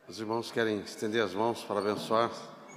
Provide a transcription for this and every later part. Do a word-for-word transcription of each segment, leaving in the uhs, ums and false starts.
Os irmãos querem estender as mãos para abençoar.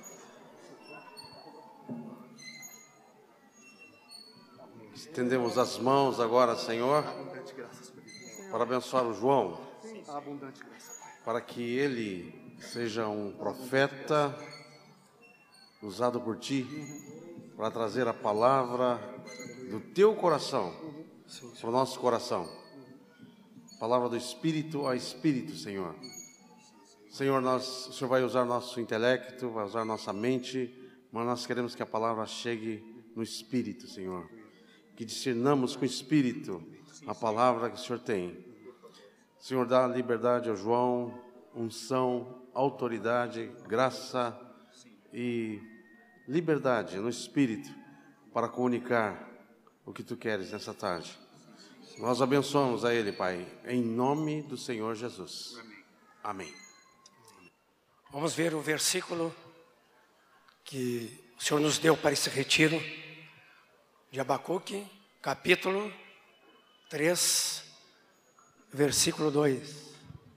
Estendemos as mãos agora, Senhor, para abençoar o João, para que ele seja um profeta usado por Ti para trazer a palavra do Teu coração para o nosso coração. Palavra do Espírito a Espírito, Senhor. Senhor, nós, o Senhor vai usar nosso intelecto, vai usar nossa mente, mas nós queremos que a palavra chegue no Espírito, Senhor. Que discernamos com o Espírito a palavra que o Senhor tem. Senhor, dá liberdade ao João, unção, autoridade, graça e liberdade no Espírito para comunicar o que Tu queres nessa tarde. Nós abençoamos a ele, Pai, em nome do Senhor Jesus. Amém. Vamos ver o versículo que o Senhor nos deu para esse retiro de Abacuque, capítulo três, versículo dois.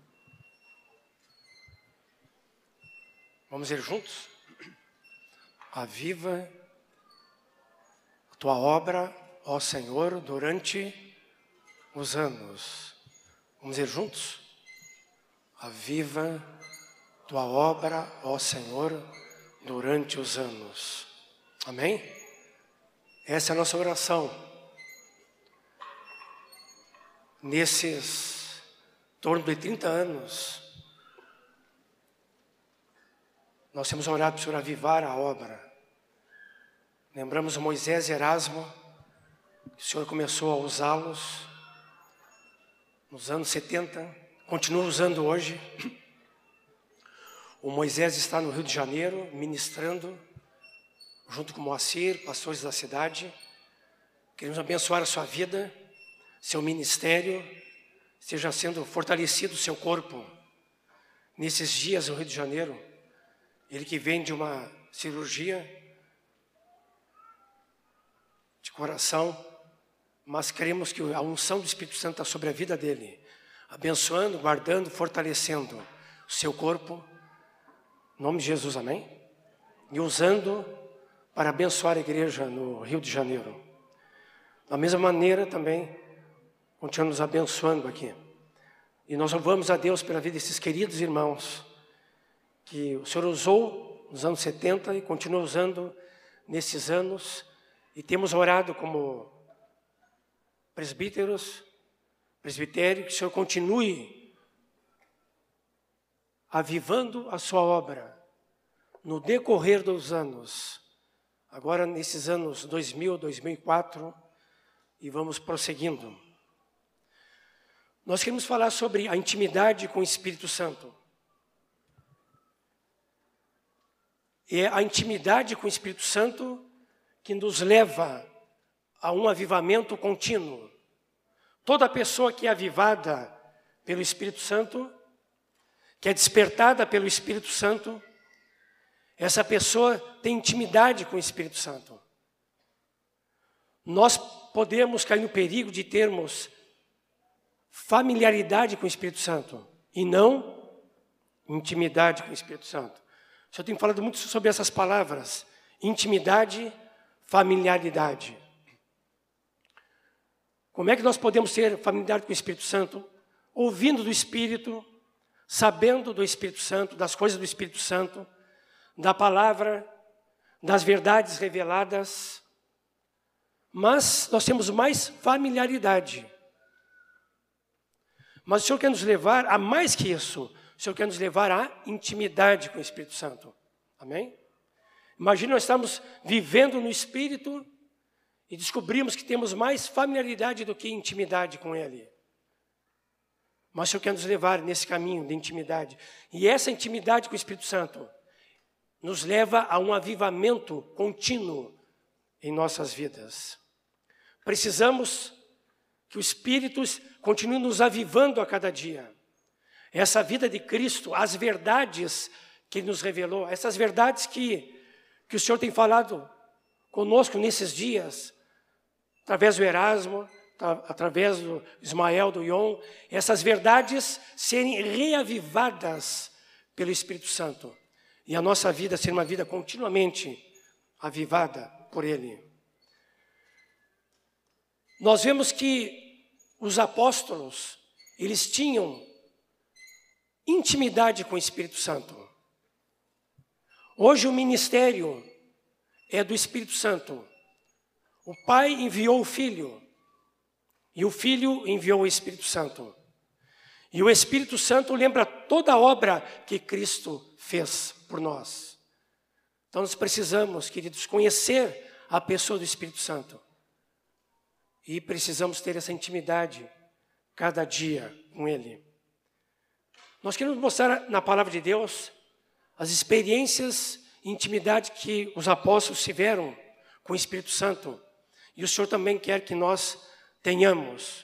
Vamos ler juntos? Aviva a Tua obra, ó Senhor, durante os anos. Vamos ler juntos? Aviva Tua obra, ó Senhor, durante os anos. Amém? Essa é a nossa oração. Nesses torno de trinta anos, nós temos orado para o Senhor avivar a obra. Lembramos Moisés e Erasmo, que o Senhor começou a usá-los nos anos setenta, continua usando hoje. O Moisés está no Rio de Janeiro, ministrando, junto com o Moacir, pastores da cidade. Queremos abençoar a sua vida, seu ministério, esteja sendo fortalecido o seu corpo. Nesses dias no Rio de Janeiro, ele que vem de uma cirurgia de coração, mas queremos que a unção do Espírito Santo está sobre a vida dele, abençoando, guardando, fortalecendo o seu corpo, em nome de Jesus, amém? E usando para abençoar a igreja no Rio de Janeiro. Da mesma maneira também, continua nos abençoando aqui. E nós louvamos a Deus pela vida desses queridos irmãos, que o Senhor usou nos anos setenta e continua usando nesses anos. E temos orado como presbíteros, presbitério, que o Senhor continue avivando a sua obra no decorrer dos anos, agora nesses anos dois mil, dois mil e quatro, e vamos prosseguindo. Nós queremos falar sobre a intimidade com o Espírito Santo. É a intimidade com o Espírito Santo que nos leva a um avivamento contínuo. Toda pessoa que é avivada pelo Espírito Santo, que é despertada pelo Espírito Santo, essa pessoa tem intimidade com o Espírito Santo. Nós podemos cair no perigo de termos familiaridade com o Espírito Santo e não intimidade com o Espírito Santo. O Senhor tem falado muito sobre essas palavras, intimidade, familiaridade. Como é que nós podemos ter familiaridade com o Espírito Santo? Ouvindo do Espírito, sabendo do Espírito Santo, das coisas do Espírito Santo, da palavra, das verdades reveladas. Mas nós temos mais familiaridade. Mas o Senhor quer nos levar a mais que isso. O Senhor quer nos levar à intimidade com o Espírito Santo. Amém? Imagina nós estamos vivendo no Espírito e descobrimos que temos mais familiaridade do que intimidade com Ele. Mas o Senhor quer nos levar nesse caminho de intimidade. E essa intimidade com o Espírito Santo nos leva a um avivamento contínuo em nossas vidas. Precisamos que o Espírito continue nos avivando a cada dia. Essa vida de Cristo, as verdades que Ele nos revelou, essas verdades que, que o Senhor tem falado conosco nesses dias, através do Erasmo, através do Ismael, do Ion, essas verdades serem reavivadas pelo Espírito Santo e a nossa vida ser uma vida continuamente avivada por Ele. Nós vemos que os apóstolos, eles tinham intimidade com o Espírito Santo. Hoje o ministério é do Espírito Santo. O Pai enviou o Filho e o Filho enviou o Espírito Santo. E o Espírito Santo lembra toda a obra que Cristo fez por nós. Então nós precisamos, queridos, conhecer a pessoa do Espírito Santo. E precisamos ter essa intimidade cada dia com Ele. Nós queremos mostrar na palavra de Deus as experiências e intimidade que os apóstolos tiveram com o Espírito Santo. E o Senhor também quer que nós tenhamos.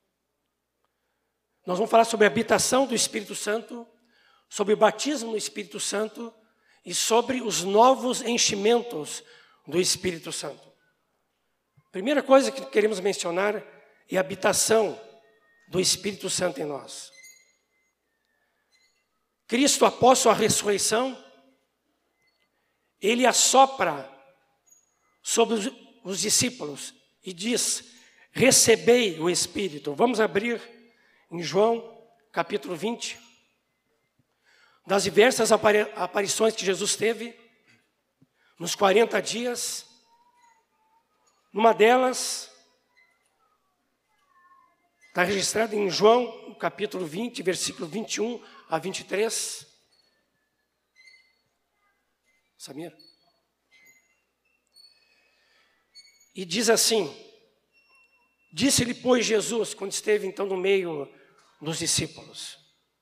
Nós vamos falar sobre a habitação do Espírito Santo, sobre o batismo no Espírito Santo e sobre os novos enchimentos do Espírito Santo. Primeira coisa que queremos mencionar é a habitação do Espírito Santo em nós. Cristo, após sua ressurreição, Ele assopra sobre os, os discípulos e diz: recebei o Espírito. Vamos abrir em João, capítulo vinte, das diversas apari- aparições que Jesus teve, nos quarenta dias. Numa delas, está registrado em João, capítulo vinte, versículo vinte e um a vinte e três. Samir? E diz assim: disse-lhe, pois, Jesus, quando esteve então no meio dos discípulos.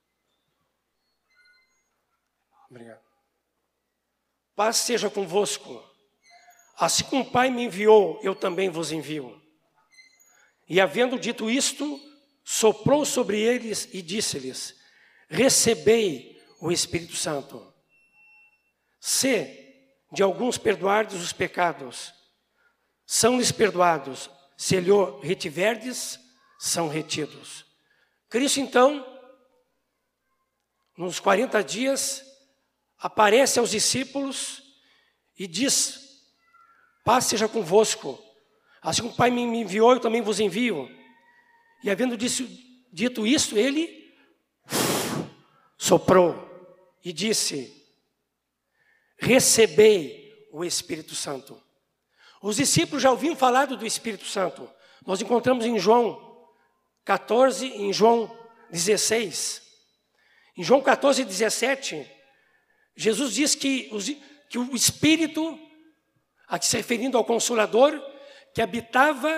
Obrigado. Paz seja convosco. Assim como o Pai me enviou, eu também vos envio. E havendo dito isto, soprou sobre eles e disse-lhes: recebei o Espírito Santo. Se de alguns perdoardes os pecados, são-lhes perdoados. Se lhe retiverdes, são retidos. Cristo, então, nos quarenta dias, aparece aos discípulos e diz: paz seja convosco. Assim como o Pai me enviou, eu também vos envio. E havendo dito isso, ele soprou e disse: recebei o Espírito Santo. Os discípulos já ouviam falar do Espírito Santo. Nós encontramos em João catorze e em João dezesseis. Em João catorze, dezessete, Jesus diz que, os, que o Espírito, aqui se referindo ao Consolador, que habitava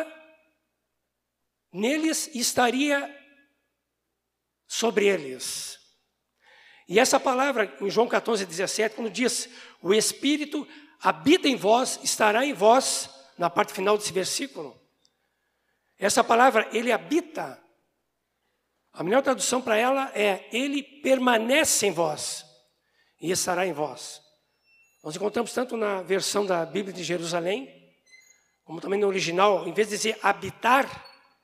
neles e estaria sobre eles. E essa palavra, em João catorze, dezessete, quando diz: o Espírito habita em vós, estará em vós, na parte final desse versículo. Essa palavra, ele habita, a melhor tradução para ela é: ele permanece em vós e estará em vós. Nós encontramos tanto na versão da Bíblia de Jerusalém, como também no original, em vez de dizer habitar,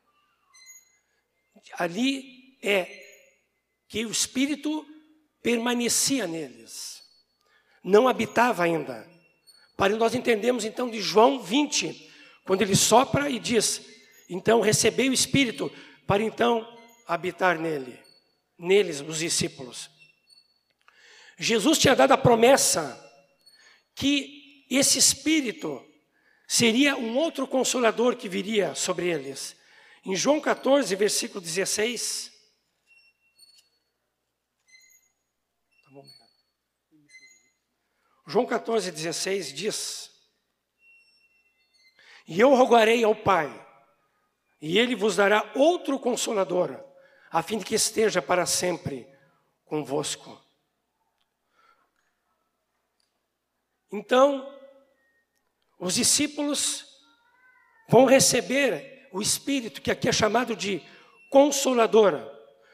ali é que o Espírito permanecia neles, não habitava ainda. Para nós entendemos então de João vinte, quando ele sopra e diz: então recebei o Espírito, para então habitar nele, neles, os discípulos. Jesus tinha dado a promessa que esse Espírito seria um outro Consolador que viria sobre eles. Em João catorze, versículo dezesseis. Tá bom, obrigado. João catorze, dezesseis diz: e eu rogarei ao Pai, e Ele vos dará outro Consolador, a fim de que esteja para sempre convosco. Então, os discípulos vão receber o Espírito, que aqui é chamado de Consolador.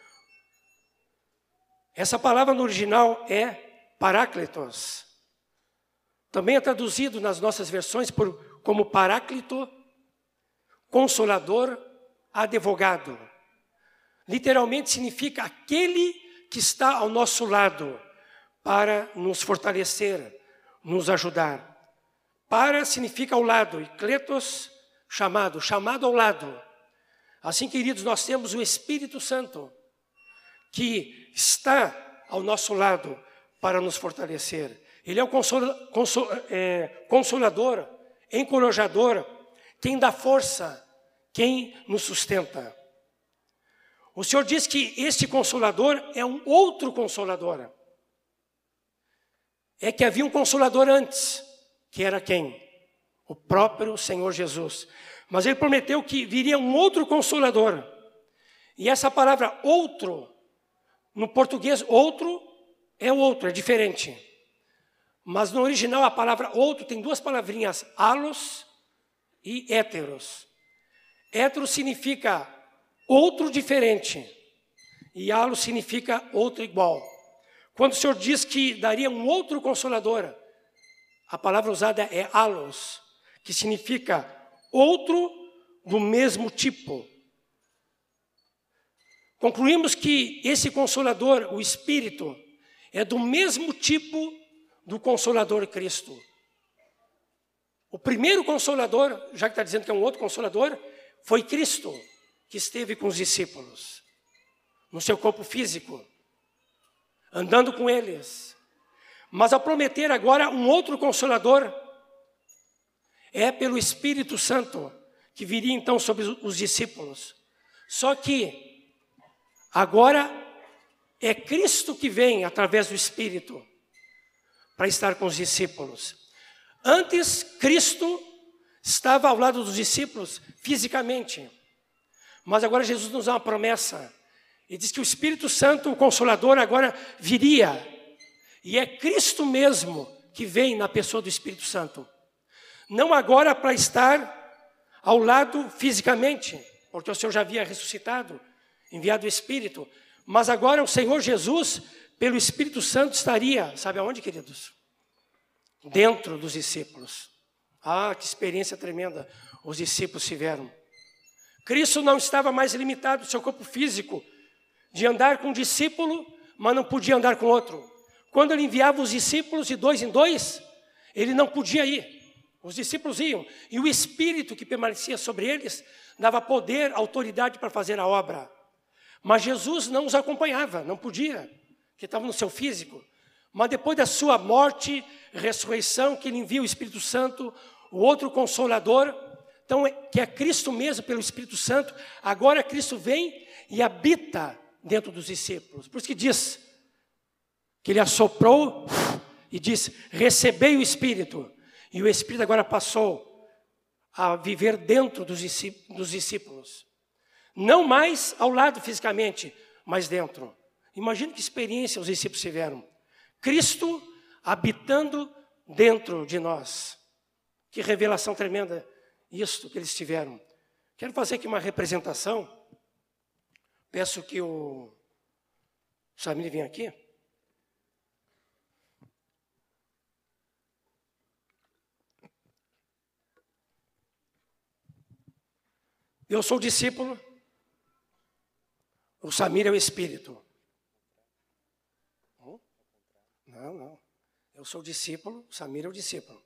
Essa palavra no original é Paráclitos. Também é traduzido nas nossas versões por, como Paráclito, Consolador, Advogado. Literalmente significa aquele que está ao nosso lado para nos fortalecer, nos ajudar. Para significa ao lado, e kletos, chamado, chamado ao lado. Assim, queridos, nós temos o Espírito Santo, que está ao nosso lado para nos fortalecer. Ele é o consola, consol, é, consolador, encorajador, quem dá força, quem nos sustenta. O Senhor diz que este Consolador é um outro Consolador. É que havia um Consolador antes, que era quem? O próprio Senhor Jesus. Mas Ele prometeu que viria um outro Consolador. E essa palavra outro, no português, outro é outro, é diferente. Mas no original a palavra outro tem duas palavrinhas, alos e héteros. Hétero significa outro diferente, e halo significa outro igual. Quando o Senhor diz que daria um outro Consolador, a palavra usada é halos, que significa outro do mesmo tipo. Concluímos que esse Consolador, o Espírito, é do mesmo tipo do Consolador Cristo. O primeiro Consolador, já que está dizendo que é um outro Consolador, foi Cristo, que esteve com os discípulos, no seu corpo físico, andando com eles. Mas ao prometer agora um outro Consolador, é pelo Espírito Santo, que viria então sobre os discípulos. Só que, agora, é Cristo que vem através do Espírito, para estar com os discípulos. Antes, Cristo estava ao lado dos discípulos, fisicamente. Mas agora Jesus nos dá uma promessa. E diz que o Espírito Santo, o Consolador, agora viria. E é Cristo mesmo que vem na pessoa do Espírito Santo. Não agora para estar ao lado fisicamente, porque o Senhor já havia ressuscitado, enviado o Espírito. Mas agora o Senhor Jesus, pelo Espírito Santo, estaria, sabe aonde, queridos? Dentro dos discípulos. Ah, que experiência tremenda os discípulos tiveram. Cristo não estava mais limitado ao seu corpo físico, de andar com um discípulo, mas não podia andar com outro. Quando ele enviava os discípulos de dois em dois, ele não podia ir. Os discípulos iam. E o Espírito que permanecia sobre eles, dava poder, autoridade para fazer a obra. Mas Jesus não os acompanhava, não podia, porque estava no seu físico. Mas depois da sua morte, ressurreição, que ele envia o Espírito Santo, o outro Consolador, então, que é Cristo mesmo, pelo Espírito Santo, agora Cristo vem e habita dentro dos discípulos. Por isso que diz que ele assoprou e diz, recebei o Espírito. E o Espírito agora passou a viver dentro dos discípulos. Não mais ao lado fisicamente, mas dentro. Imagina que experiência os discípulos tiveram. Cristo habitando dentro de nós. Que revelação tremenda isto que eles tiveram. Quero fazer aqui uma representação. Peço que o Samir venha aqui. Eu sou o discípulo, o Samir é o Espírito. Não, não. Eu sou o discípulo, o Samir é o discípulo.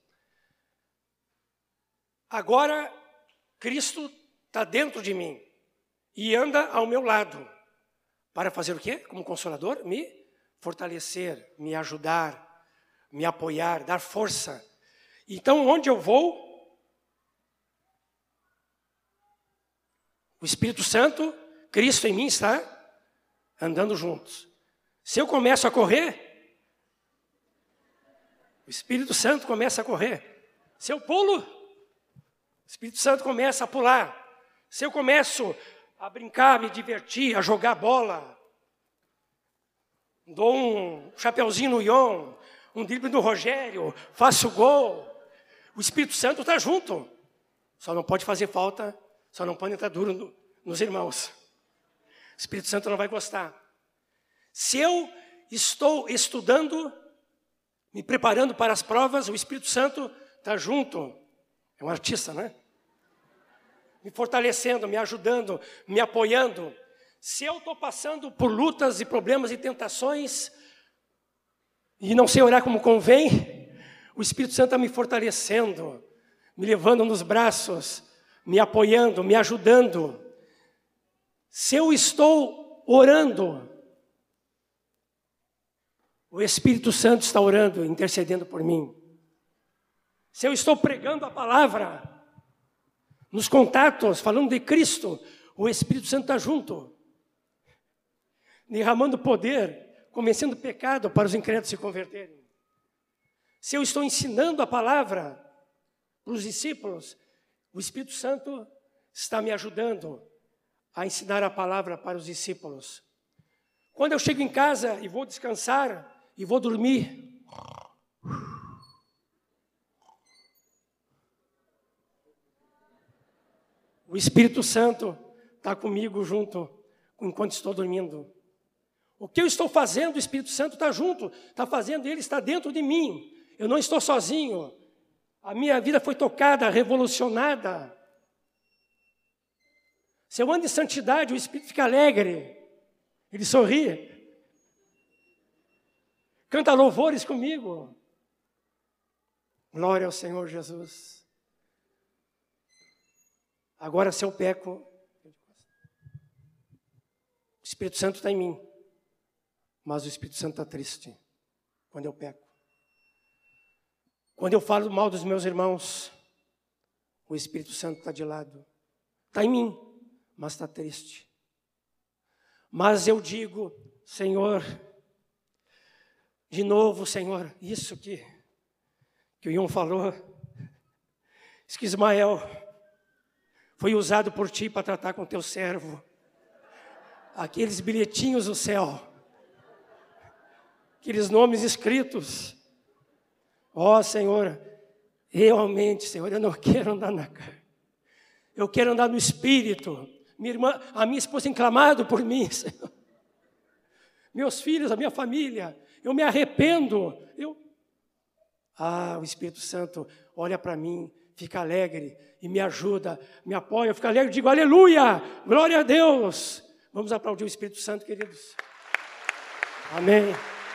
Agora, Cristo está dentro de mim e anda ao meu lado. Para fazer o quê? Como Consolador? Me fortalecer, me ajudar, me apoiar, dar força. Então, onde eu vou, o Espírito Santo, Cristo em mim está andando juntos. Se eu começo a correr, o Espírito Santo começa a correr. Se eu pulo, o Espírito Santo começa a pular. Se eu começo a brincar, a me divertir, a jogar bola, dou um chapeuzinho no Ion, um drible do Rogério, faço gol, o Espírito Santo está junto. Só não pode fazer falta, só não pode entrar duro no, nos irmãos. O Espírito Santo não vai gostar. Se eu estou estudando, me preparando para as provas, o Espírito Santo está junto. É um artista, né? Me fortalecendo, me ajudando, me apoiando. Se eu estou passando por lutas e problemas e tentações, e não sei orar como convém, o Espírito Santo está me fortalecendo, me levando nos braços, me apoiando, me ajudando. Se eu estou orando, o Espírito Santo está orando, intercedendo por mim. Se eu estou pregando a palavra, nos contatos, falando de Cristo, o Espírito Santo está junto, derramando poder, convencendo pecado para os incrédulos se converterem. Se eu estou ensinando a palavra para os discípulos, o Espírito Santo está me ajudando a ensinar a palavra para os discípulos. Quando eu chego em casa e vou descansar e vou dormir, o Espírito Santo está comigo junto enquanto estou dormindo. O que eu estou fazendo, o Espírito Santo está junto, está fazendo, Ele está dentro de mim. Eu não estou sozinho. A minha vida foi tocada, revolucionada. Se eu ando em santidade, o Espírito fica alegre. Ele sorri. Canta louvores comigo. Glória ao Senhor Jesus. Agora, se eu peco, o Espírito Santo está em mim. Mas o Espírito Santo está triste quando eu peco. Quando eu falo mal dos meus irmãos, o Espírito Santo está de lado. Está em mim, mas está triste. Mas eu digo, Senhor, de novo, Senhor, isso que, que o Ion falou, diz que Ismael foi usado por Ti para tratar com Teu servo. Aqueles bilhetinhos do céu, aqueles nomes escritos. Ó oh, Senhor, realmente, Senhor, eu não quero andar na carne. Eu quero andar no Espírito. Minha irmã, a minha esposa tem clamado por mim, Senhor. Meus filhos, a minha família, eu me arrependo. Eu... Ah, o Espírito Santo olha para mim, fica alegre e me ajuda, me apoia, eu fico alegre e digo, aleluia, glória a Deus. Vamos aplaudir o Espírito Santo, queridos. Amém.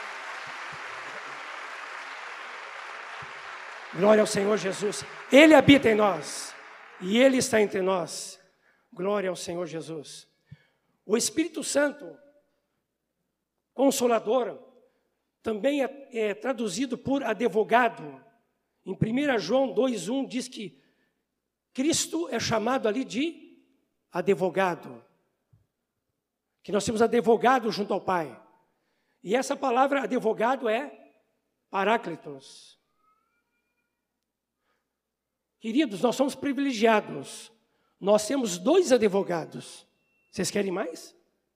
Glória ao Senhor Jesus. Ele habita em nós e Ele está entre nós. Glória ao Senhor Jesus. O Espírito Santo, Consolador, também é, é traduzido por advogado. Em primeira João dois, um diz que Cristo é chamado ali de advogado. Que nós temos advogado junto ao Pai. E essa palavra advogado é Paráclitos. Queridos, nós somos privilegiados. Nós temos dois advogados. Vocês querem mais?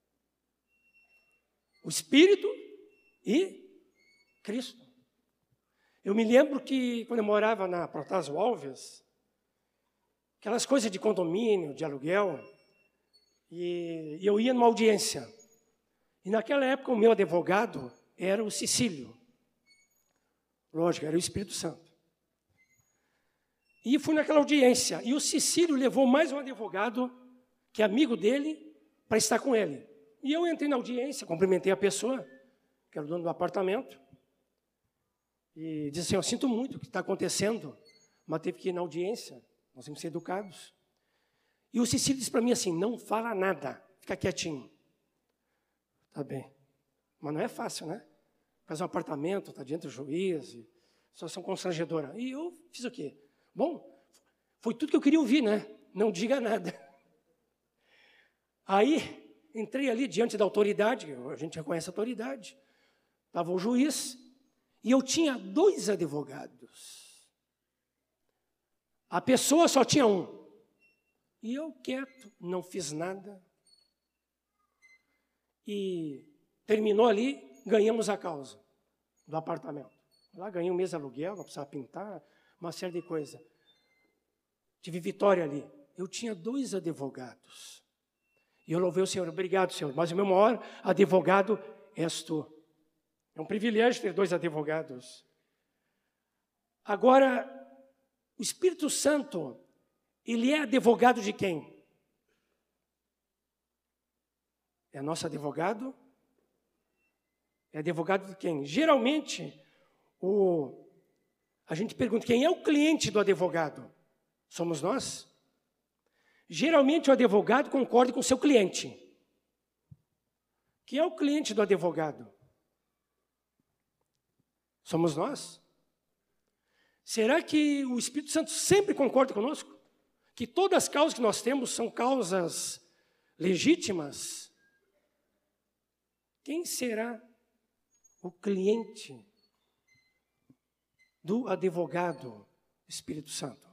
O Espírito e Cristo. Eu me lembro que quando eu morava na Protásio Alves, aquelas coisas de condomínio, de aluguel, e eu ia numa audiência. E naquela época o meu advogado era o Cecílio. Lógico, era o Espírito Santo. E fui naquela audiência, e o Cecílio levou mais um advogado, que é amigo dele, para estar com ele. E eu entrei na audiência, cumprimentei a pessoa, que era o dono do apartamento, e disse assim, eu sinto muito o que está acontecendo, mas teve que ir na audiência, nós temos que ser educados. E o Cecílio disse para mim assim, não fala nada, fica quietinho. Tá bem, mas não é fácil, né? Faz um apartamento, está diante do juiz, e situação constrangedora. E eu fiz o quê? Bom, foi tudo que eu queria ouvir, né? Não diga nada. Aí, entrei ali diante da autoridade, a gente já conhece a autoridade. Estava o juiz, e eu tinha dois advogados. A pessoa só tinha um. E eu quieto, não fiz nada. E terminou ali, ganhamos a causa do apartamento. Lá ganhei um mês de aluguel, não precisava pintar, uma série de coisas. Tive vitória ali. Eu tinha dois advogados. E eu louvei o Senhor, obrigado, Senhor. Mas o meu maior advogado és tu. É um privilégio ter dois advogados. Agora, o Espírito Santo, ele é advogado de quem? É nosso advogado? É advogado de quem? Geralmente, o, a gente pergunta, quem é o cliente do advogado? Somos nós? Geralmente o advogado concorda com o seu cliente. Quem é o cliente do advogado? Somos nós? Será que o Espírito Santo sempre concorda conosco? Que todas as causas que nós temos são causas legítimas? Quem será o cliente do advogado Espírito Santo?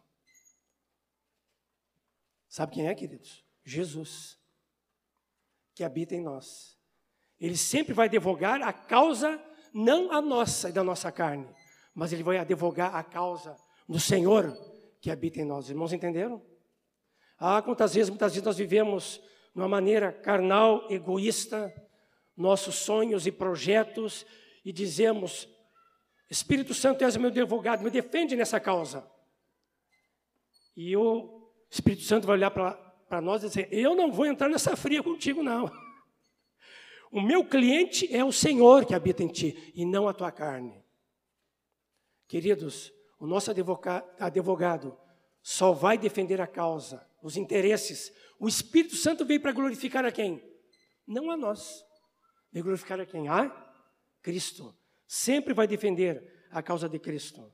Sabe quem é, queridos? Jesus, que habita em nós. Ele sempre vai advogar a causa, não a nossa e da nossa carne, mas ele vai advogar a causa do Senhor que habita em nós. Irmãos, entenderam? Ah, quantas vezes, muitas vezes nós vivemos de uma maneira carnal, egoísta, nossos sonhos e projetos, e dizemos, Espírito Santo, és o meu advogado, me defende nessa causa. E o Espírito Santo vai olhar para nós e dizer, eu não vou entrar nessa fria contigo, não. O meu cliente é o Senhor que habita em ti, e não a tua carne. Queridos, o nosso advogado só vai defender a causa, os interesses. O Espírito Santo veio para glorificar a quem? Não a nós. Veio glorificar a quem? A Cristo. Sempre vai defender a causa de Cristo.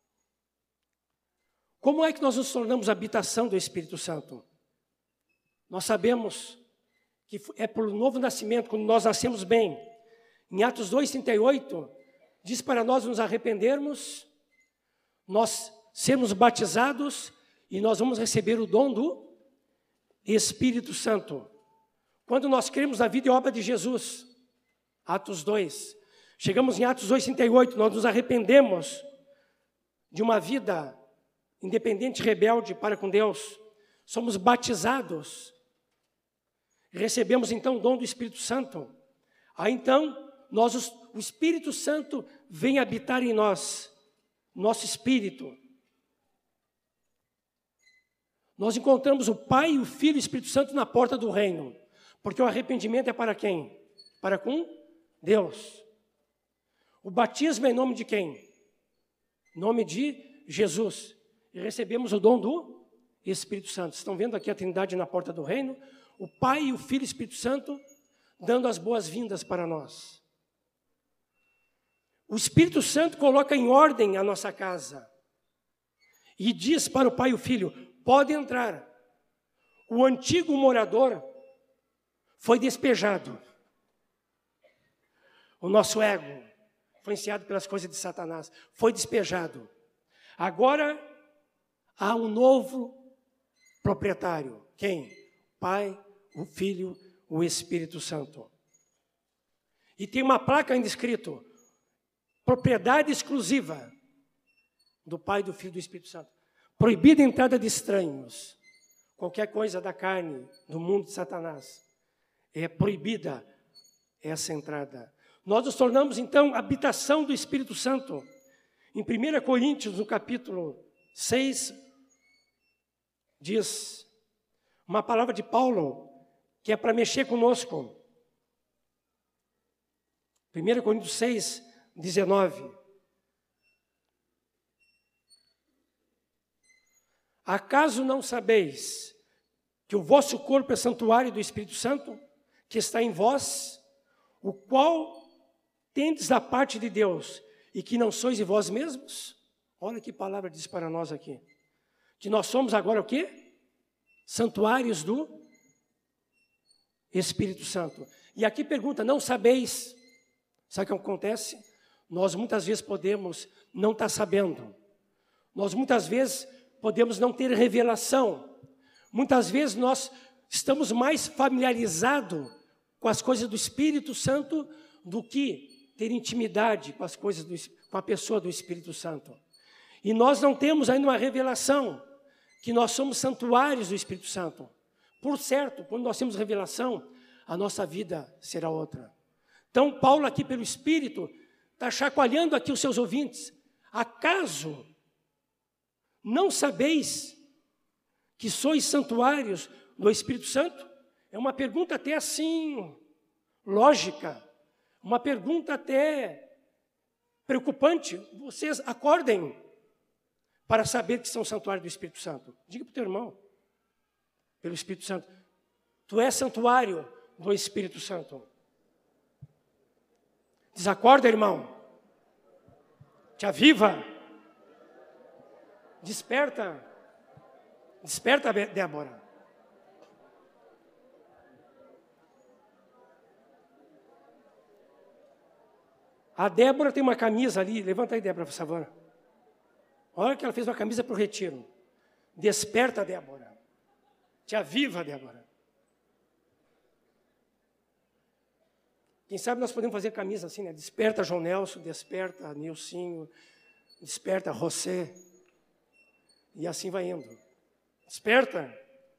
Como é que nós nos tornamos habitação do Espírito Santo? Nós sabemos que é por novo nascimento, quando nós nascemos bem. Em Atos dois, trinta e oito, diz para nós nos arrependermos, nós sermos batizados e nós vamos receber o dom do Espírito Santo. Quando nós cremos na vida e obra de Jesus, Atos dois, chegamos em Atos dois, trinta e oito, nós nos arrependemos de uma vida independente, rebelde para com Deus, somos batizados, recebemos então o dom do Espírito Santo. Aí então, nós, o Espírito Santo vem habitar em nós, nosso espírito. Nós encontramos o Pai, o Filho e o Espírito Santo na porta do reino, porque o arrependimento é para quem? Para com Deus. O batismo é em nome de quem? Em nome de Jesus. E recebemos o dom do Espírito Santo. Estão vendo aqui a Trindade na porta do reino? O Pai, o Filho e o Espírito Santo dando as boas-vindas para nós. O Espírito Santo coloca em ordem a nossa casa e diz para o Pai e o Filho, pode entrar. O antigo morador foi despejado. O nosso ego, influenciado pelas coisas de Satanás, foi despejado. Agora há um novo proprietário. Quem? O Pai, o Filho, o Espírito Santo. E tem uma placa ainda escrito, propriedade exclusiva do Pai, do Filho e do Espírito Santo. Proibida a entrada de estranhos. Qualquer coisa da carne, do mundo de Satanás. É proibida essa entrada. Nós nos tornamos, então, habitação do Espírito Santo. Em primeira Coríntios, no capítulo seis, diz uma palavra de Paulo, que é para mexer conosco. primeira Coríntios seis, dezenove. Acaso não sabeis que o vosso corpo é santuário do Espírito Santo, que está em vós, o qual tendes da parte de Deus, e que não sois de vós mesmos? Olha que palavra diz para nós aqui. Que nós somos agora o quê? Santuários do Espírito Santo. E aqui pergunta, não sabeis? Sabe o que acontece? Nós muitas vezes podemos não estar sabendo. Nós muitas vezes podemos não ter revelação. Muitas vezes nós estamos mais familiarizados com as coisas do Espírito Santo do que ter intimidade com as coisas do, com a pessoa do Espírito Santo. E nós não temos ainda uma revelação que nós somos santuários do Espírito Santo. Por certo, quando nós temos revelação, a nossa vida será outra. Então, Paulo aqui pelo Espírito está chacoalhando aqui os seus ouvintes. Acaso não sabeis que sois santuários do Espírito Santo? É uma pergunta até assim, lógica. Uma pergunta até preocupante, vocês acordem para saber que são santuário do Espírito Santo. Diga para o teu irmão, pelo Espírito Santo, tu és santuário do Espírito Santo. Desacorda, irmão. Te aviva. Desperta. Desperta, Débora. A Débora tem uma camisa ali. Levanta aí, Débora, por favor. Olha que ela fez uma camisa para o retiro. Desperta, Débora. Te aviva, Débora. Quem sabe nós podemos fazer camisa assim, né? Desperta, João Nelson. Desperta, Nilcinho. Desperta, José. E assim vai indo. Desperta.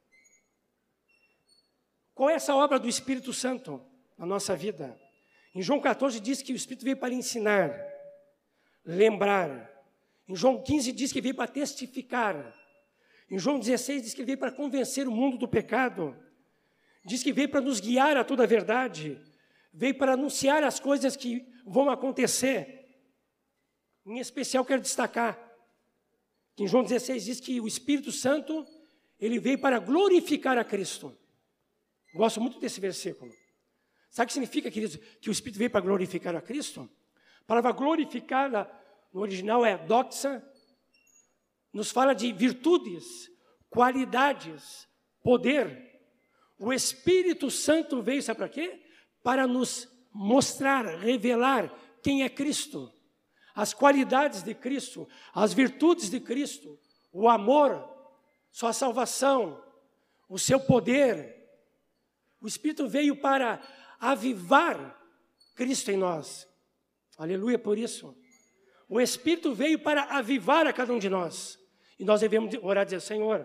Qual é essa obra do Espírito Santo na nossa vida? Em João quatorze diz que o Espírito veio para ensinar, lembrar. Em João quinze diz que veio para testificar. Em João dezesseis diz que veio para convencer o mundo do pecado. Diz que veio para nos guiar a toda a verdade. Veio para anunciar as coisas que vão acontecer. Em especial quero destacar que em João dezesseis diz que o Espírito Santo, ele veio para glorificar a Cristo. Gosto muito desse versículo. Sabe o que significa, queridos, que o Espírito veio para glorificar a Cristo? A palavra glorificar, no original é doxa, nos fala de virtudes, qualidades, poder. O Espírito Santo veio, sabe para quê? Para nos mostrar, revelar quem é Cristo, as qualidades de Cristo, as virtudes de Cristo, o amor, sua salvação, o seu poder. O Espírito veio para avivar Cristo em nós. Aleluia por isso. O Espírito veio para avivar a cada um de nós. E nós devemos orar e dizer, Senhor,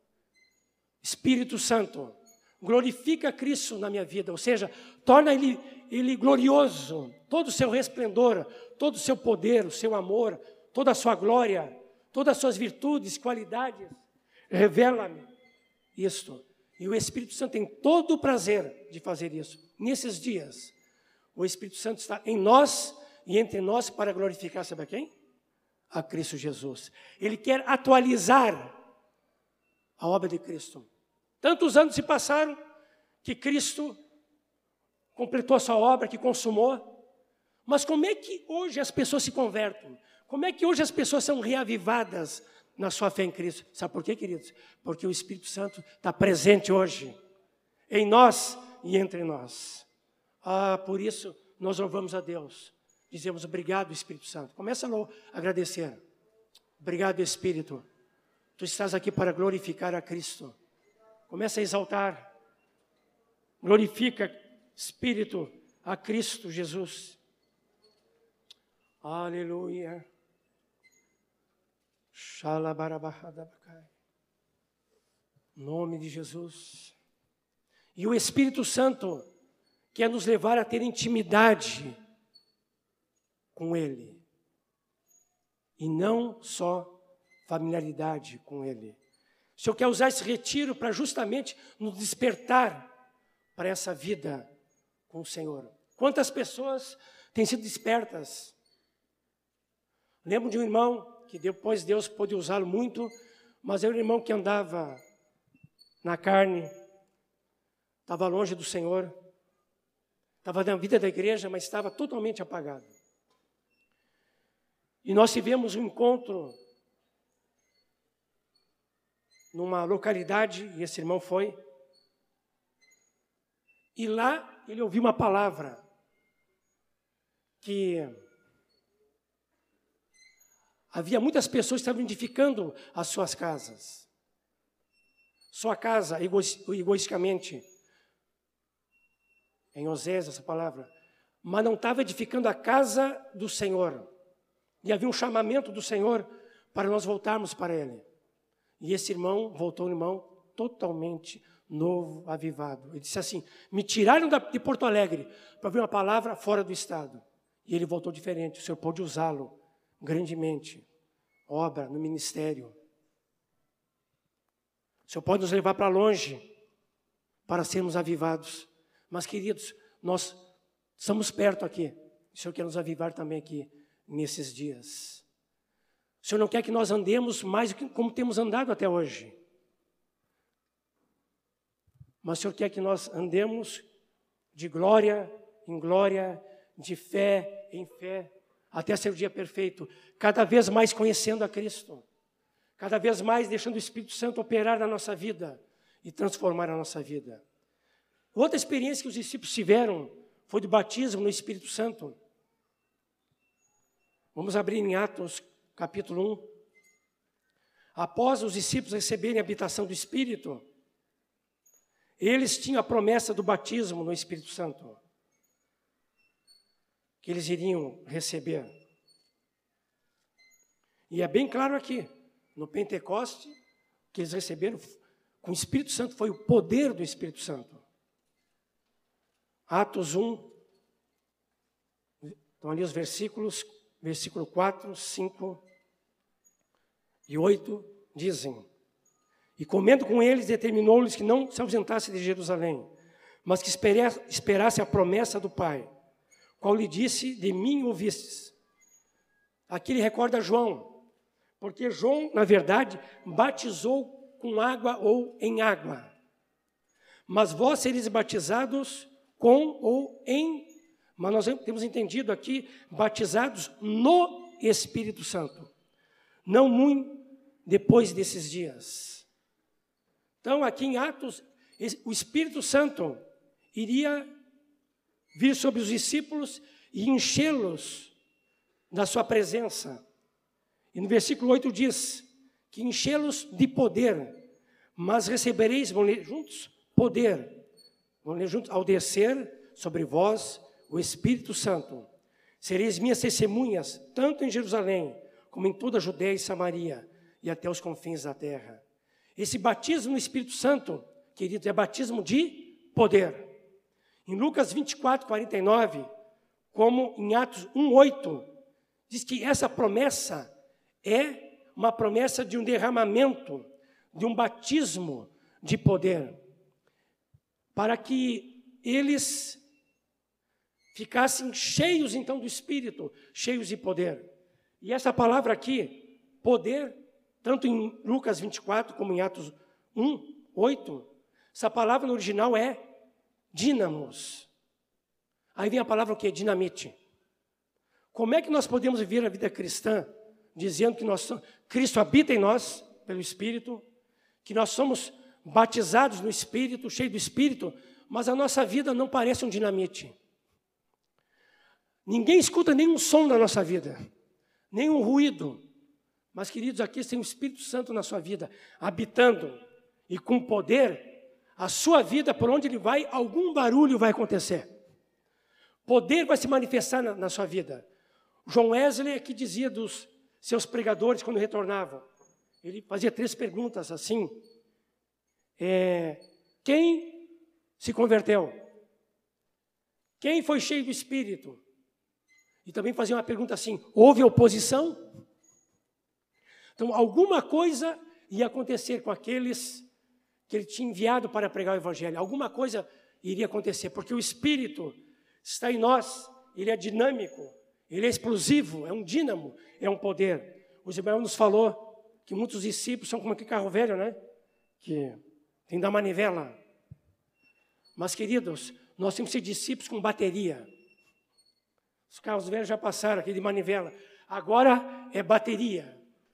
Espírito Santo, glorifica Cristo na minha vida. Ou seja, torna Ele, ele glorioso, todo o seu resplendor, todo o seu poder, o seu amor, toda a sua glória, todas as suas virtudes, qualidades. Revela-me isto. E o Espírito Santo tem todo o prazer de fazer isso. Nesses dias, o Espírito Santo está em nós e entre nós para glorificar, sabe a quem? A Cristo Jesus. Ele quer atualizar a obra de Cristo. Tantos anos se passaram que Cristo completou a sua obra, que consumou. Mas como é que hoje as pessoas se convertem? Como é que hoje as pessoas são reavivadas na sua fé em Cristo? Sabe por quê, queridos? Porque o Espírito Santo está presente hoje, em nós e entre nós. Ah, por isso nós louvamos a Deus. Dizemos obrigado, Espírito Santo. Começa a agradecer. Obrigado, Espírito. Tu estás aqui para glorificar a Cristo. Começa a exaltar. Glorifica, Espírito, a Cristo Jesus. Aleluia. Em nome de Jesus. E o Espírito Santo quer nos levar a ter intimidade com Ele. E não só familiaridade com Ele. O Senhor quer usar esse retiro para justamente nos despertar para essa vida com o Senhor. Quantas pessoas têm sido despertas? Lembro de um irmão que depois Deus pôde usá-lo muito, mas era um irmão que andava na carne, estava longe do Senhor, estava na vida da igreja, mas estava totalmente apagado. E nós tivemos um encontro numa localidade, e esse irmão foi, e lá ele ouviu uma palavra que havia muitas pessoas que estavam edificando as suas casas. Sua casa, ego, egoisticamente, em Osés essa palavra, mas não estava edificando a casa do Senhor. E havia um chamamento do Senhor para nós voltarmos para Ele. E esse irmão voltou, um irmão totalmente novo, avivado. Ele disse assim, me tiraram de Porto Alegre para ouvir uma palavra fora do estado. E ele voltou diferente, o Senhor pôde usá-lo grandemente. Obra no ministério. O Senhor pode nos levar para longe para sermos avivados. Mas, queridos, nós estamos perto aqui. O Senhor quer nos avivar também aqui, nesses dias. O Senhor não quer que nós andemos mais do que como temos andado até hoje. Mas o Senhor quer que nós andemos de glória em glória, de fé em fé, até ser o dia perfeito, cada vez mais conhecendo a Cristo, cada vez mais deixando o Espírito Santo operar na nossa vida e transformar a nossa vida. Outra experiência que os discípulos tiveram foi do batismo no Espírito Santo. Vamos abrir em Atos, capítulo um. Após os discípulos receberem a habitação do Espírito, eles tinham a promessa do batismo no Espírito Santo, que eles iriam receber. E é bem claro aqui, no Pentecoste, que eles receberam com o Espírito Santo, foi o poder do Espírito Santo. Atos um, estão ali os versículos, versículo quatro, cinco e oito, dizem: e comendo com eles, determinou-lhes que não se ausentasse de Jerusalém, mas que esperasse a promessa do Pai, qual lhe disse, de mim ouvistes. Aqui ele recorda João, porque João, na verdade, batizou com água ou em água. Mas vós sereis batizados com ou em, mas nós temos entendido aqui, batizados no Espírito Santo, não muito depois desses dias. Então, aqui em Atos, o Espírito Santo iria vir sobre os discípulos e enchê-los da sua presença. E no versículo oito diz que enchê-los de poder, mas recebereis, vão ler juntos, poder, vão ler juntos, ao descer sobre vós o Espírito Santo. Sereis minhas testemunhas, tanto em Jerusalém, como em toda a Judeia e Samaria, e até os confins da terra. Esse batismo no Espírito Santo, querido, é batismo de poder. Em Lucas vinte e quatro, quarenta e nove, como em Atos um, oito, diz que essa promessa é uma promessa de um derramamento, de um batismo de poder, para que eles ficassem cheios, então, do Espírito, cheios de poder. E essa palavra aqui, poder, tanto em Lucas vinte e quatro, como em Atos um, oito, essa palavra no original é dínamos. Aí vem a palavra o quê? Dinamite. Como é que nós podemos viver a vida cristã dizendo que nós somos, Cristo habita em nós pelo Espírito, que nós somos batizados no Espírito, cheios do Espírito, mas a nossa vida não parece um dinamite. Ninguém escuta nenhum som na nossa vida, nenhum ruído. Mas, queridos, aqui tem o Espírito Santo na sua vida, habitando, e com poder, a sua vida, por onde ele vai, algum barulho vai acontecer. Poder vai se manifestar na, na sua vida. John Wesley é que dizia dos seus pregadores quando retornavam. Ele fazia três perguntas assim. É, quem se converteu? Quem foi cheio do Espírito? E também fazia uma pergunta assim, houve oposição? Então, alguma coisa ia acontecer com aqueles que ele tinha enviado para pregar o Evangelho. Alguma coisa iria acontecer, porque o Espírito está em nós, ele é dinâmico, ele é explosivo, é um dínamo, é um poder. O Ismael nos falou que muitos discípulos são como aquele carro velho, né? Que tem da manivela. Mas, queridos, nós temos que ser discípulos com bateria. Os carros velhos já passaram aqui de manivela. Agora é bateria.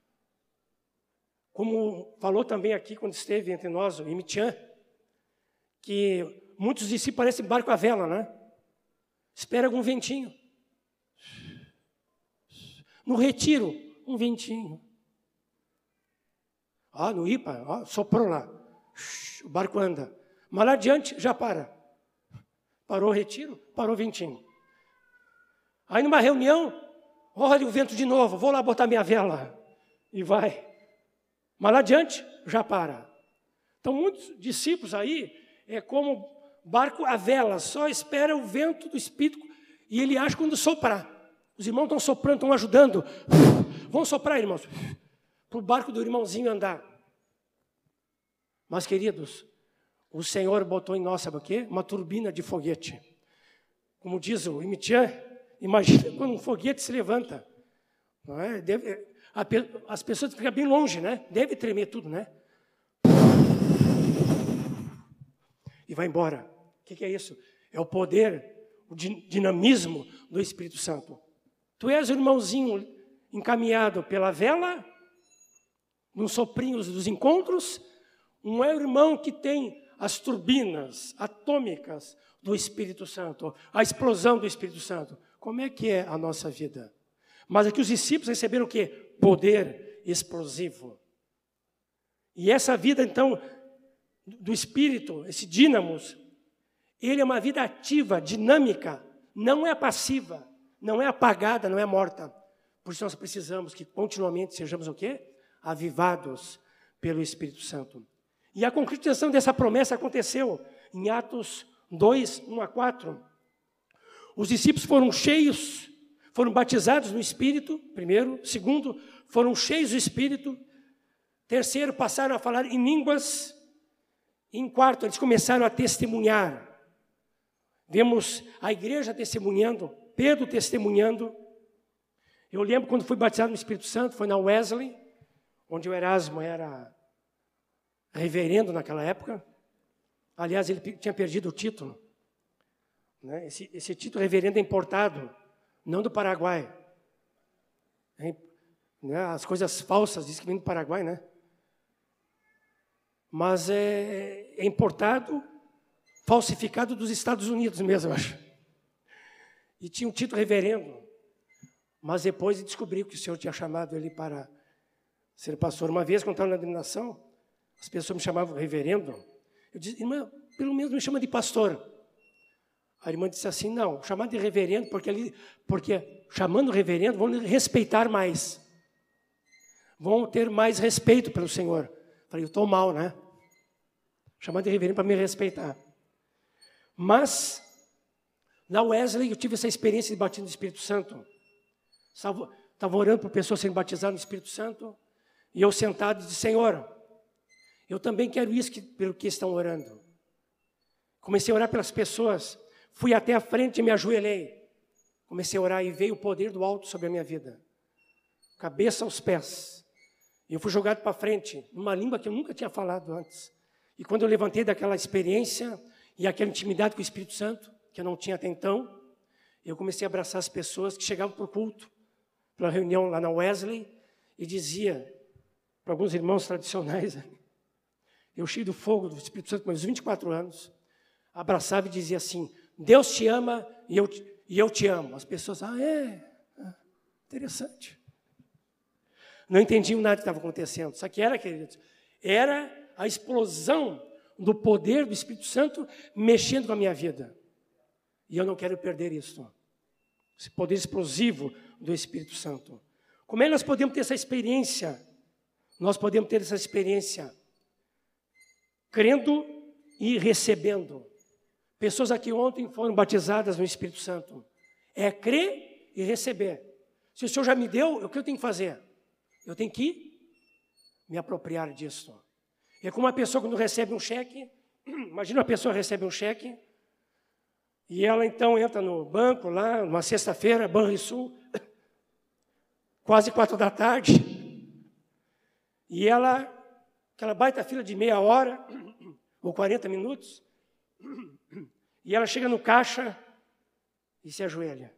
Como falou também aqui, quando esteve entre nós, o Imitian, que muitos discípulos parecem barco à vela, né? Espera algum ventinho. No retiro, um ventinho. Ah, no I P A, ó, soprou lá. O barco anda. Mas lá adiante, já para. Parou o retiro, parou o ventinho. Aí numa reunião, olha o vento de novo, vou lá botar minha vela. E vai. Mas lá adiante, já para. Então, muitos discípulos aí, é como barco à vela, só espera o vento do Espírito e ele acha quando soprar. Os irmãos estão soprando, estão ajudando. Vão soprar, irmãos, para o barco do irmãozinho andar. Mas, queridos, o Senhor botou em nós, sabe o quê? Uma turbina de foguete. Como diz o Imitian, imagina quando um foguete se levanta. Não é? Deve, a, as pessoas ficam bem longe, né? Deve tremer tudo, né? E vai embora. O que, que é isso? É o poder, o dinamismo do Espírito Santo. Tu és o irmãozinho encaminhado pela vela, nos soprinhos dos encontros, um é o irmão que tem as turbinas atômicas do Espírito Santo, a explosão do Espírito Santo. Como é que é a nossa vida? Mas aqui os discípulos receberam o quê? Poder explosivo. E essa vida, então, do Espírito, esse dínamos, ele é uma vida ativa, dinâmica, não é passiva, não é apagada, não é morta. Por isso nós precisamos que continuamente sejamos o quê? Avivados pelo Espírito Santo. E a concretização dessa promessa aconteceu em Atos dois, um a quatro. Os discípulos foram cheios, foram batizados no Espírito, primeiro. Segundo, foram cheios do Espírito. Terceiro, passaram a falar em línguas. E em quarto, eles começaram a testemunhar. Vemos a igreja testemunhando, Pedro testemunhando. Eu lembro quando fui batizado no Espírito Santo, foi na Wesley, onde o Erasmo era reverendo naquela época. Aliás, ele tinha perdido o título. Né? Esse, esse título reverendo é importado, não do Paraguai. É, né? As coisas falsas dizem que vem do Paraguai, né? Mas é, é importado, falsificado dos Estados Unidos mesmo, eu acho. E tinha um título reverendo. Mas depois descobri que o Senhor tinha chamado ele para ser pastor. Uma vez, quando estava na denominação, as pessoas me chamavam reverendo. Eu disse, irmã, pelo menos me chama de pastor. A irmã disse assim, não, chamar de reverendo, porque, ali, porque chamando reverendo, vão respeitar mais. Vão ter mais respeito pelo Senhor. Eu falei, eu estou mal, né? Chamar de reverendo para me respeitar. Mas, na Wesley, eu tive essa experiência de batismo do Espírito Santo. Estava, estava orando por pessoas sendo batizadas no Espírito Santo, e eu sentado disse, Senhor, eu também quero isso que, pelo que estão orando. Comecei a orar pelas pessoas, fui até a frente e me ajoelhei. Comecei a orar e veio o poder do alto sobre a minha vida. Cabeça aos pés. E eu fui jogado para frente, numa língua que eu nunca tinha falado antes. E quando eu levantei daquela experiência e aquela intimidade com o Espírito Santo, que eu não tinha até então, eu comecei a abraçar as pessoas que chegavam para o culto, para a reunião lá na Wesley, e dizia para alguns irmãos tradicionais, eu cheio do fogo do Espírito Santo com meus vinte e quatro anos, abraçava e dizia assim, Deus te ama e eu, e eu te amo. As pessoas, ah, é, ah, interessante. Não entendiam nada que estava acontecendo. Só que era, queridos, era a explosão do poder do Espírito Santo mexendo com a minha vida. E eu não quero perder isso. Esse poder explosivo do Espírito Santo. Como é que nós podemos ter essa experiência? Nós podemos ter essa experiência crendo e recebendo. Pessoas aqui ontem foram batizadas no Espírito Santo. É crer e receber. Se o Senhor já me deu, o que eu tenho que fazer? Eu tenho que me apropriar disso. É como uma pessoa quando recebe um cheque, imagina uma pessoa recebe um cheque, e ela então entra no banco lá, numa sexta-feira, Banrisul, quase quatro da tarde, e ela, aquela baita fila de meia hora, ou quarenta minutos, e ela chega no caixa e se ajoelha.